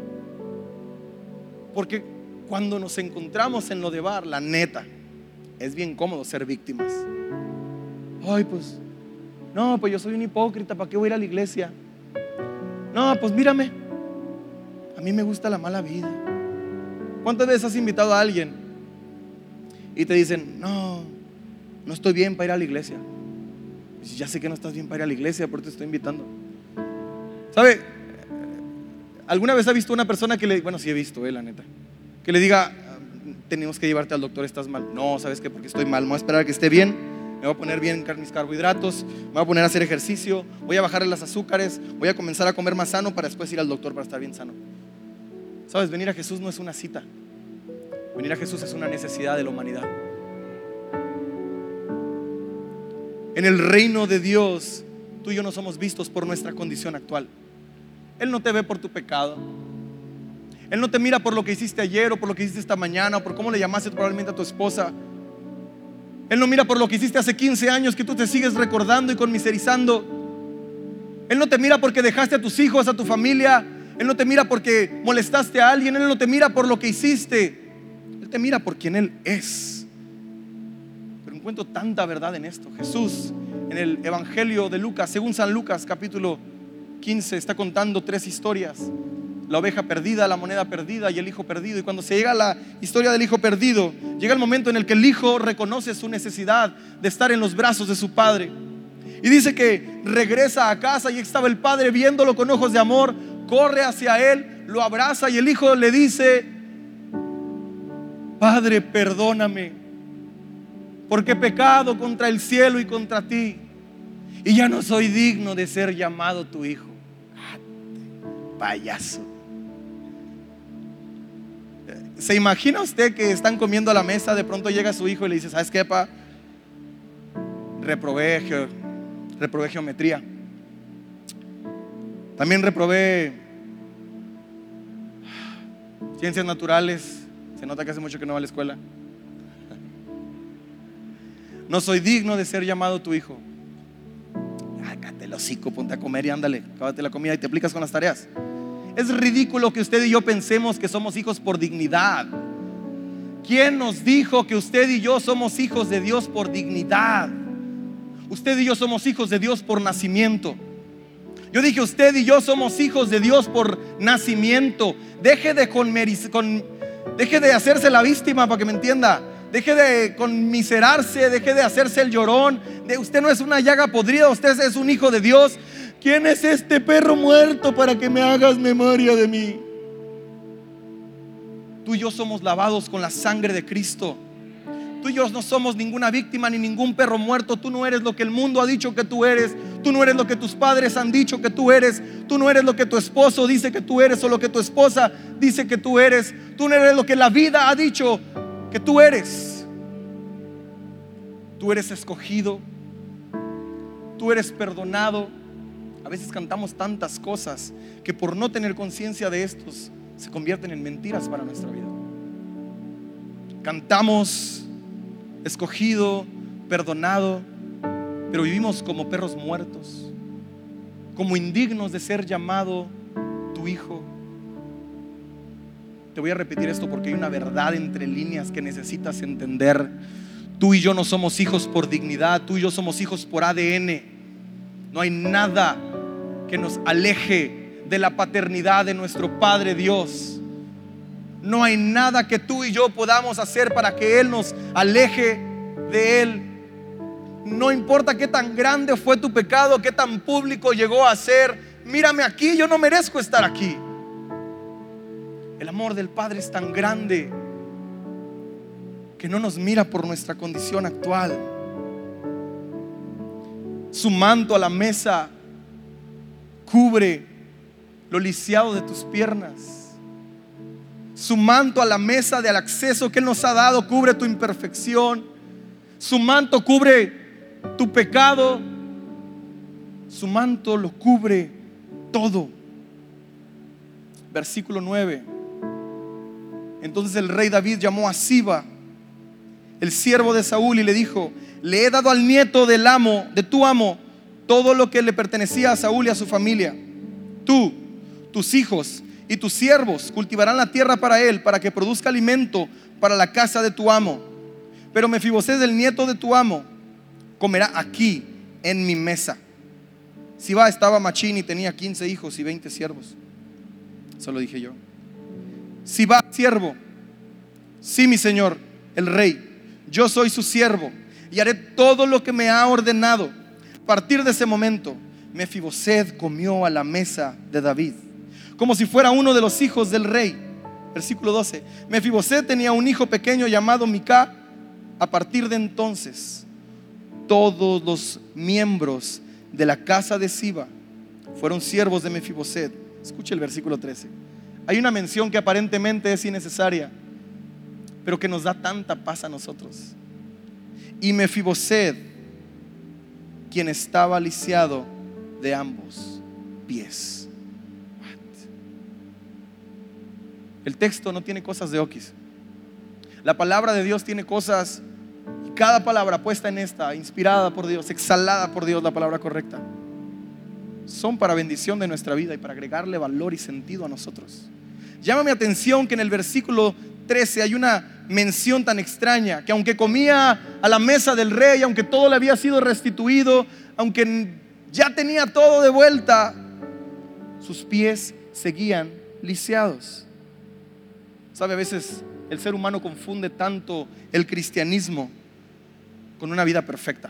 Porque cuando nos encontramos en lo de bar, la neta, es bien cómodo ser víctimas. Ay, pues, no, pues yo soy un hipócrita, ¿para qué voy a ir a la iglesia? No, pues mírame, a mí me gusta la mala vida. ¿Cuántas veces has invitado a alguien y te dicen: no, no estoy bien para ir a la iglesia? Pues ya sé que no estás bien para ir a la iglesia, por eso te estoy invitando. ¿Sabe? ¿Alguna vez ha visto una persona que le, bueno, sí he visto, eh, la neta, que le diga: tenemos que llevarte al doctor, estás mal? No, ¿sabes qué? Porque estoy mal, me voy a esperar a que esté bien. Me voy a poner bien mis carbohidratos, me voy a poner a hacer ejercicio, voy a bajarle las azúcares, voy a comenzar a comer más sano para después ir al doctor para estar bien sano. ¿Sabes? Venir a Jesús no es una cita. Venir a Jesús es una necesidad de la humanidad. En el reino de Dios, tú y yo no somos vistos por nuestra condición actual. Él no te ve por tu pecado. Él no te mira por lo que hiciste ayer o por lo que hiciste esta mañana o por cómo le llamaste probablemente a tu esposa. Él no mira por lo que hiciste hace quince años que tú te sigues recordando y conmiserizando. Él no te mira porque dejaste a tus hijos, a tu familia. Él no te mira porque molestaste a alguien. Él no te mira por lo que hiciste. Él te mira por quien Él es. Pero encuentro tanta verdad en esto. Jesús, en el Evangelio de Lucas, según San Lucas capítulo quince, está contando tres historias: la oveja perdida, la moneda perdida y el hijo perdido. Y cuando se llega a la historia del hijo perdido, llega el momento en el que el hijo reconoce su necesidad de estar en los brazos de su padre. Y dice que regresa a casa y estaba el padre viéndolo con ojos de amor, corre hacia él, lo abraza y el hijo le dice: Padre, perdóname, porque he pecado contra el cielo y contra ti, y ya no soy digno de ser llamado tu hijo. Payaso. ¿Se imagina usted que están comiendo a la mesa, de pronto llega su hijo y le dice: ¿sabes qué, pa? Reprobé, ge- reprobé geometría. También reprobé ciencias naturales. Se nota que hace mucho que no va a la escuela. No soy digno de ser llamado tu hijo. Cállate el hocico, ponte a comer y ándale, cábate la comida y te aplicas con las tareas. Es ridículo que usted y yo pensemos que somos hijos por dignidad. ¿Quién nos dijo que usted y yo somos hijos de Dios por dignidad? Usted y yo somos hijos de Dios por nacimiento. Yo dije: usted y yo somos hijos de Dios por nacimiento. Deje de, conmeriz, con, deje de hacerse la víctima, para que me entienda. Deje de conmiserarse, deje de hacerse el llorón. De, usted no es una llaga podrida, usted es un hijo de Dios. ¿Quién es este perro muerto para que me hagas memoria de mí? Tú y yo somos lavados con la sangre de Cristo. Tú y yo no somos ninguna víctima ni ningún perro muerto. Tú no eres lo que el mundo ha dicho que tú eres. Tú no eres lo que tus padres han dicho que tú eres. Tú no eres lo que tu esposo dice que tú eres o lo que tu esposa dice que tú eres. Tú no eres lo que la vida ha dicho que tú eres. Tú eres escogido. Tú eres perdonado. A veces cantamos tantas cosas que por no tener conciencia de estos se convierten en mentiras para nuestra vida. Cantamos: escogido, perdonado, pero vivimos como perros muertos, como indignos de ser llamado tu hijo. Te voy a repetir esto porque hay una verdad entre líneas que necesitas entender. Tú y yo no somos hijos por dignidad, tú y yo somos hijos por A D N. No hay nada que nos aleje de la paternidad de nuestro Padre Dios. No hay nada que tú y yo podamos hacer para que Él nos aleje de Él. No importa qué tan grande fue tu pecado, qué tan público llegó a ser. Mírame aquí, yo no merezco estar aquí. El amor del Padre es tan grande que no nos mira por nuestra condición actual. Su manto a la mesa cubre lo lisiado de tus piernas. Su manto a la mesa del acceso que Él nos ha dado cubre tu imperfección. Su manto cubre tu pecado. Su manto lo cubre todo. Versículo nueve. Entonces el rey David llamó a Siba, el siervo de Saúl, y le dijo: le he dado al nieto del amo, de tu amo, todo lo que le pertenecía a Saúl y a su familia. Tú, tus hijos y tus siervos cultivarán la tierra para él, para que produzca alimento para la casa de tu amo. Pero Mefiboseth, el nieto de tu amo, comerá aquí en mi mesa. Siba estaba machín y tenía quince hijos y veinte siervos. Eso lo dije yo. Siba, siervo: sí, mi señor, el rey, yo soy su siervo y haré todo lo que me ha ordenado. A partir de ese momento, Mefiboseth comió a la mesa de David, como si fuera uno de los hijos del rey. Versículo doce. Mefiboseth tenía un hijo pequeño llamado Mica. A partir de entonces, todos los miembros de la casa de Siba fueron siervos de Mefiboseth. Escuche el versículo trece. Hay una mención que aparentemente es innecesaria, pero que nos da tanta paz a nosotros. Y Mefiboseth, quien estaba lisiado de ambos pies. What? El texto no tiene cosas de oquis. La palabra de Dios tiene cosas, y cada palabra puesta en esta, inspirada por Dios, exhalada por Dios, la palabra correcta, son para bendición de nuestra vida y para agregarle valor y sentido a nosotros. Llama mi atención que en el versículo trece hay una mención tan extraña, que aunque comía a la mesa del rey, aunque todo le había sido restituido, aunque ya tenía todo de vuelta, sus pies seguían lisiados. Sabe, a veces el ser humano confunde tanto el cristianismo con una vida perfecta.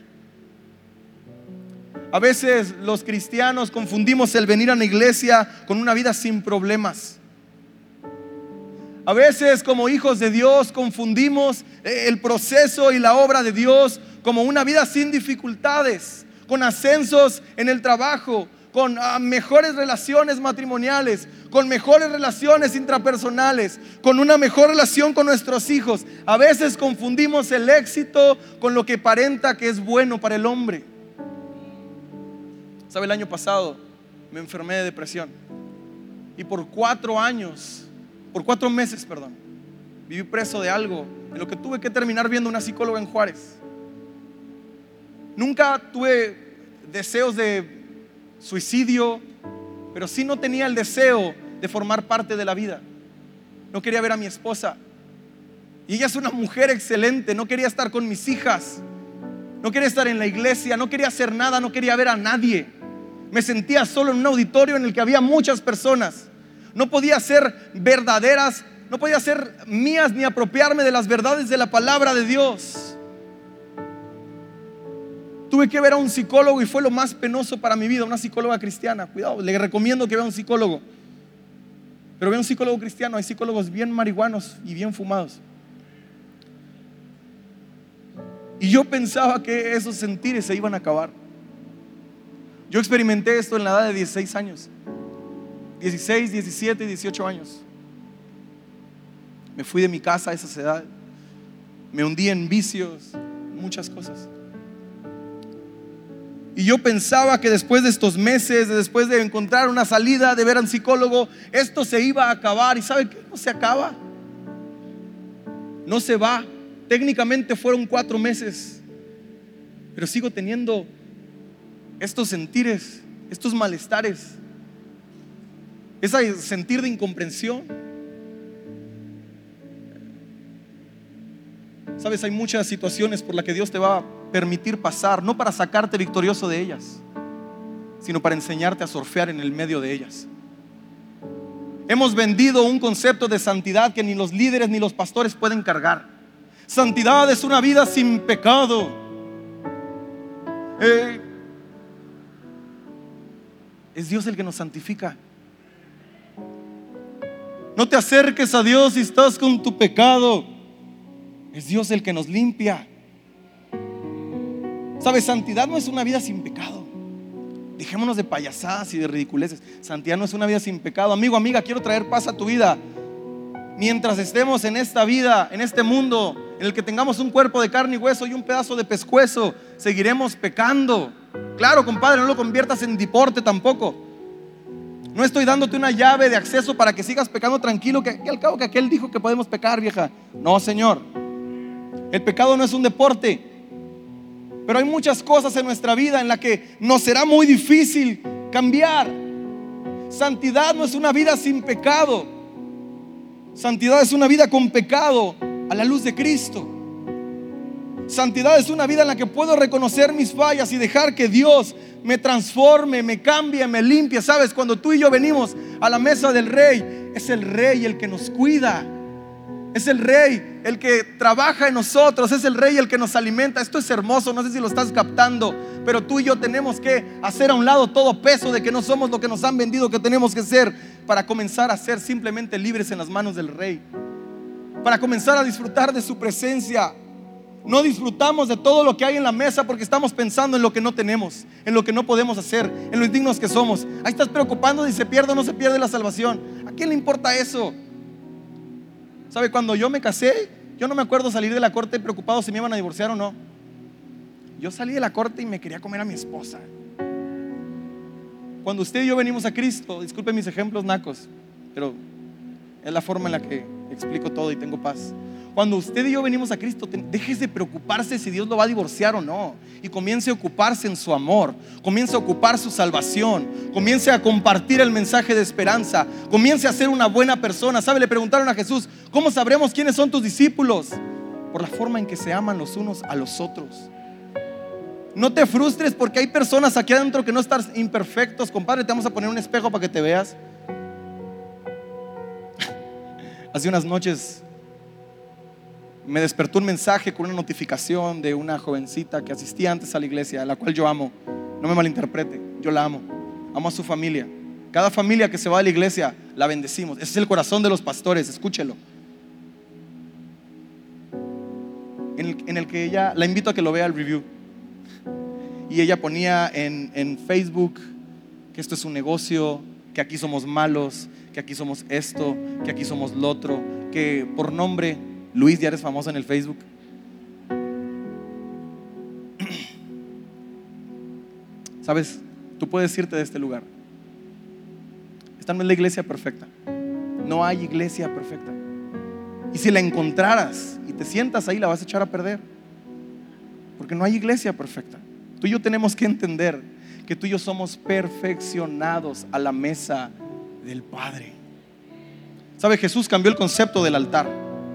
A veces los cristianos confundimos el venir a la iglesia con una vida sin problemas. A veces, como hijos de Dios, confundimos el proceso y la obra de Dios como una vida sin dificultades, con ascensos en el trabajo, con uh, mejores relaciones matrimoniales, con mejores relaciones intrapersonales, con una mejor relación con nuestros hijos. A veces confundimos el éxito con lo que aparenta que es bueno para el hombre. ¿Sabe? El año pasado me enfermé de depresión y por cuatro años Por cuatro meses, perdón, viví preso de algo en lo que tuve que terminar viendo una psicóloga en Juárez. Nunca tuve deseos de suicidio, pero sí no tenía el deseo de formar parte de la vida. No quería ver a mi esposa, y ella es una mujer excelente. No quería estar con mis hijas, no quería estar en la iglesia, no quería hacer nada, no quería ver a nadie. Me sentía solo en un auditorio en el que había muchas personas. No podía ser verdaderas, no podía ser mías ni apropiarme de las verdades de la palabra de Dios. Tuve que ver a un psicólogo y fue lo más penoso para mi vida. Una psicóloga cristiana, cuidado, le recomiendo que vea a un psicólogo, pero vea un psicólogo cristiano. Hay psicólogos bien marihuanos y bien fumados. Y yo pensaba que esos sentires se iban a acabar. Yo experimenté esto en la edad de dieciséis años, dieciséis, diecisiete, dieciocho años. Me fui de mi casa a esa edad. Me hundí en vicios, muchas cosas. Y yo pensaba que después de estos meses, después de encontrar una salida, de ver a un psicólogo, esto se iba a acabar. ¿Y sabe qué? No se acaba. No se va. Técnicamente fueron cuatro meses, pero sigo teniendo estos sentires, estos malestares, ese sentir de incomprensión. Sabes, hay muchas situaciones por las que Dios te va a permitir pasar, no para sacarte victorioso de ellas, sino para enseñarte a surfear en el medio de ellas. Hemos vendido un concepto de santidad que ni los líderes ni los pastores pueden cargar. Santidad es una vida sin pecado. Eh, es Dios el que nos santifica. No te acerques a Dios si estás con tu pecado. Es Dios el que nos limpia. ¿Sabes? Santidad no es una vida sin pecado. Dejémonos de payasadas y de ridiculeces. Santidad no es una vida sin pecado. Amigo, amiga, quiero traer paz a tu vida. Mientras estemos en esta vida, en este mundo en el que tengamos un cuerpo de carne y hueso y un pedazo de pescuezo, seguiremos pecando. Claro, compadre, no lo conviertas en deporte tampoco. No estoy dándote una llave de acceso para que sigas pecando tranquilo, que, que al cabo que aquel dijo que podemos pecar, vieja. No, señor. El pecado no es un deporte. Pero hay muchas cosas en nuestra vida en las que nos será muy difícil cambiar. Santidad no es una vida sin pecado. Santidad es una vida con pecado a la luz de Cristo. Santidad es una vida en la que puedo reconocer mis fallas y dejar que Dios me transforme, me cambie, me limpie. Sabes, cuando tú y yo venimos a la mesa del Rey, es el Rey el que nos cuida. Es el Rey el que trabaja en nosotros. Es el Rey el que nos alimenta. Esto es hermoso, no sé si lo estás captando, pero tú y yo tenemos que hacer a un lado todo peso de que no somos lo que nos han vendido que tenemos que ser, para comenzar a ser simplemente libres en las manos del Rey, para comenzar a disfrutar de su presencia. No disfrutamos de todo lo que hay en la mesa porque estamos pensando en lo que no tenemos, en lo que no podemos hacer, en lo indignos que somos. Ahí estás preocupando si se pierde o no se pierde la salvación. ¿A quién le importa eso? ¿Sabe? Cuando yo me casé, yo no me acuerdo salir de la corte preocupado si me iban a divorciar o no. Yo salí de la corte y me quería comer a mi esposa. Cuando usted y yo venimos a Cristo, disculpe mis ejemplos nacos, pero es la forma en la que explico todo y tengo paz. Cuando usted y yo venimos a Cristo, dejes de preocuparse si Dios lo va a divorciar o no, y comience a ocuparse en su amor, comience a ocupar su salvación, comience a compartir el mensaje de esperanza, comience a ser una buena persona. ¿Sabe? Le preguntaron a Jesús: ¿cómo sabremos quiénes son tus discípulos? Por la forma en que se aman los unos a los otros. No te frustres porque hay personas aquí adentro que no están imperfectos. Compadre, te vamos a poner un espejo para que te veas. Hace unas noches me despertó un mensaje con una notificación de una jovencita que asistía antes a la iglesia, a la cual yo amo. No me malinterprete, yo la amo. Amo a su familia. Cada familia que se va a la iglesia la bendecimos. Ese es el corazón de los pastores, escúchelo. En el, en el que ella, la invito a que lo vea el review. Y ella ponía en, en Facebook que esto es un negocio, que aquí somos malos, que aquí somos esto, que aquí somos lo otro, que por nombre, Luis, ya eres famoso en el Facebook. Sabes, tú puedes irte de este lugar. Esta no es la iglesia perfecta. No hay iglesia perfecta. Y si la encontraras y te sientas ahí, la vas a echar a perder, porque no hay iglesia perfecta. Tú y yo tenemos que entender que tú y yo somos perfeccionados a la mesa del Padre. ¿Sabe? Jesús cambió el concepto del altar.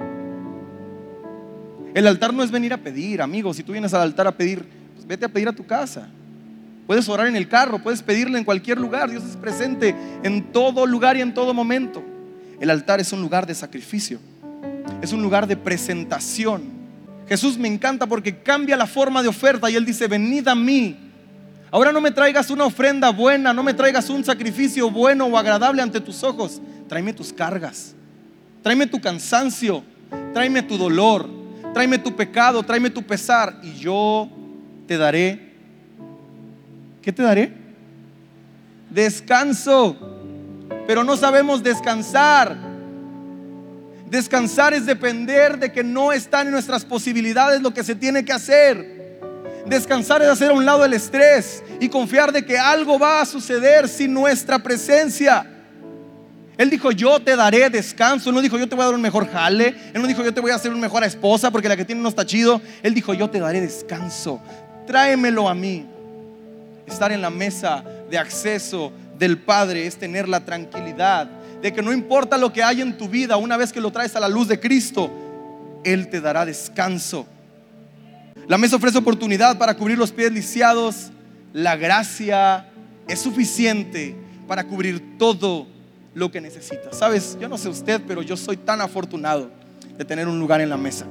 El altar no es venir a pedir, amigos. Si tú vienes al altar a pedir, pues vete a pedir a tu casa. Puedes orar en el carro, puedes pedirle en cualquier lugar. Dios es presente en todo lugar y en todo momento. El altar es un lugar de sacrificio, es un lugar de presentación. Jesús me encanta porque cambia la forma de oferta y Él dice: venid a mí. Ahora no me traigas una ofrenda buena, no me traigas un sacrificio bueno o agradable ante tus ojos. Tráeme tus cargas, tráeme tu cansancio, tráeme tu dolor, tráeme tu pecado, tráeme tu pesar, y yo te daré. ¿Qué te daré? Descanso. Pero no sabemos descansar. Descansar es depender de que no están en nuestras posibilidades lo que se tiene que hacer. Descansar es hacer a un lado el estrés y confiar de que algo va a suceder sin nuestra presencia. Él dijo: yo te daré descanso. Él no dijo: yo te voy a dar un mejor jale. Él no dijo: yo te voy a hacer una mejor esposa porque la que tiene no está chido. Él dijo: yo te daré descanso. tráemelo a mí. Estar en la mesa de acceso del Padre es tener la tranquilidad de que no importa lo que hay en tu vida, una vez que lo traes a la luz de Cristo, Él te dará descanso. La mesa ofrece oportunidad para cubrir los pies lisiados. La gracia es suficiente para cubrir todo lo que necesitas. Sabes, yo no sé usted, pero yo soy tan afortunado de tener un lugar en la mesa.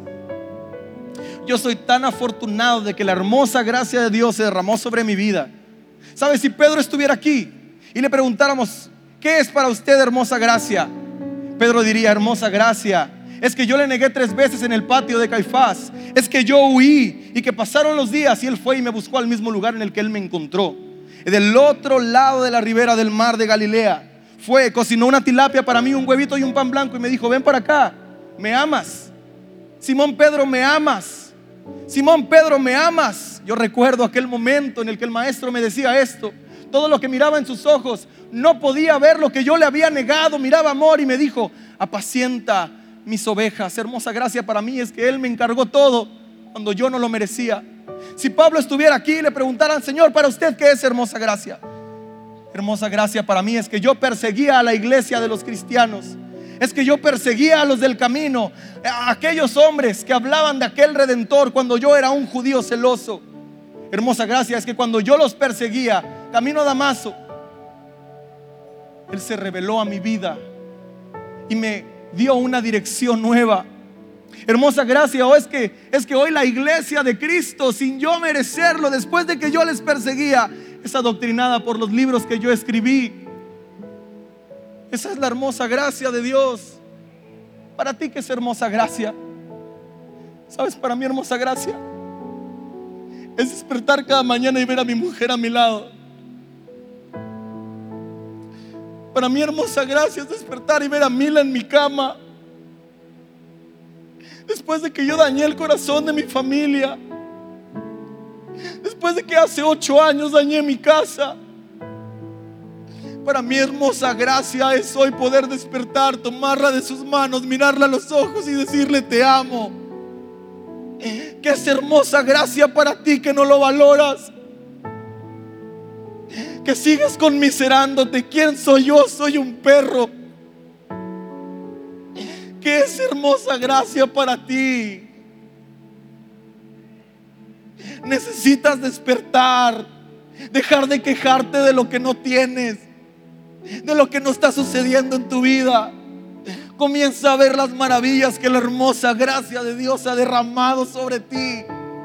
Yo soy tan afortunado de que la hermosa gracia de Dios se derramó sobre mi vida. Sabes, si Pedro estuviera aquí y le preguntáramos: ¿qué es para usted hermosa gracia? Pedro diría: hermosa gracia es que yo le negué tres veces en el patio de Caifás. Es que yo huí y que pasaron los días y él fue y me buscó al mismo lugar en el que él me encontró, del otro lado de la ribera del mar de Galilea. Fue, cocinó una tilapia para mí, un huevito y un pan blanco, y me dijo: ven para acá, ¿me amas? Simón Pedro, ¿me amas? Simón Pedro, ¿me amas? Yo recuerdo aquel momento en el que el maestro me decía esto. Todo lo que miraba en sus ojos no podía ver lo que yo le había negado. Miraba amor y me dijo: apacienta mis ovejas. Hermosa gracia para mí es que Él me encargó todo cuando yo no lo merecía. Si Pablo estuviera aquí y le preguntaran: Señor, ¿para usted qué es hermosa gracia? Hermosa gracia para mí es que yo perseguía a la iglesia de los cristianos. Es que yo perseguía a los del camino, a aquellos hombres que hablaban de aquel Redentor cuando yo era un judío celoso. Hermosa gracia es que cuando yo los perseguía camino a Damasco, Él se reveló a mi vida y me dio una dirección nueva. Hermosa gracia o es que, es que hoy la iglesia de Cristo, sin yo merecerlo, después de que yo les perseguía, es adoctrinada por los libros que yo escribí. Esa es la hermosa gracia de Dios. Para ti, ¿qué es hermosa gracia? ¿Sabes? Para mí hermosa gracia es despertar cada mañana y ver a mi mujer a mi lado. Para mí hermosa gracia es despertar y ver a Mila en mi cama, después de que yo dañé el corazón de mi familia, después de que hace ocho años dañé mi casa. Para mí hermosa gracia es hoy poder despertar, tomarla de sus manos, mirarla a los ojos y decirle: te amo. Que es hermosa gracia para ti que no lo valoras, que sigues conmiserándote. ¿Quién soy yo? Soy un perro. Que es hermosa gracia para ti. Necesitas despertar, dejar de quejarte de lo que no tienes, de lo que no está sucediendo en tu vida. Comienza a ver las maravillas que la hermosa gracia de Dios ha derramado sobre ti.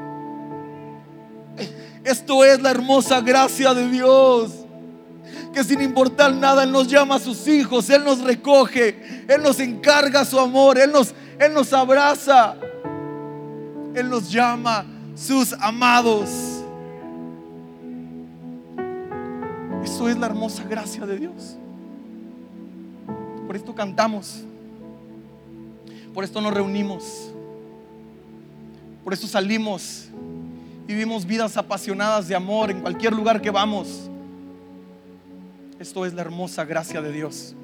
Esto es la hermosa gracia de Dios, que sin importar nada Él nos llama a sus hijos. Él nos recoge, Él nos encarga su amor, Él nos, Él nos abraza, Él nos llama sus amados. Eso es la hermosa gracia de Dios. Por esto cantamos, por esto nos reunimos, por esto salimos, vivimos vidas apasionadas de amor en cualquier lugar que vamos. Esto es la hermosa gracia de Dios.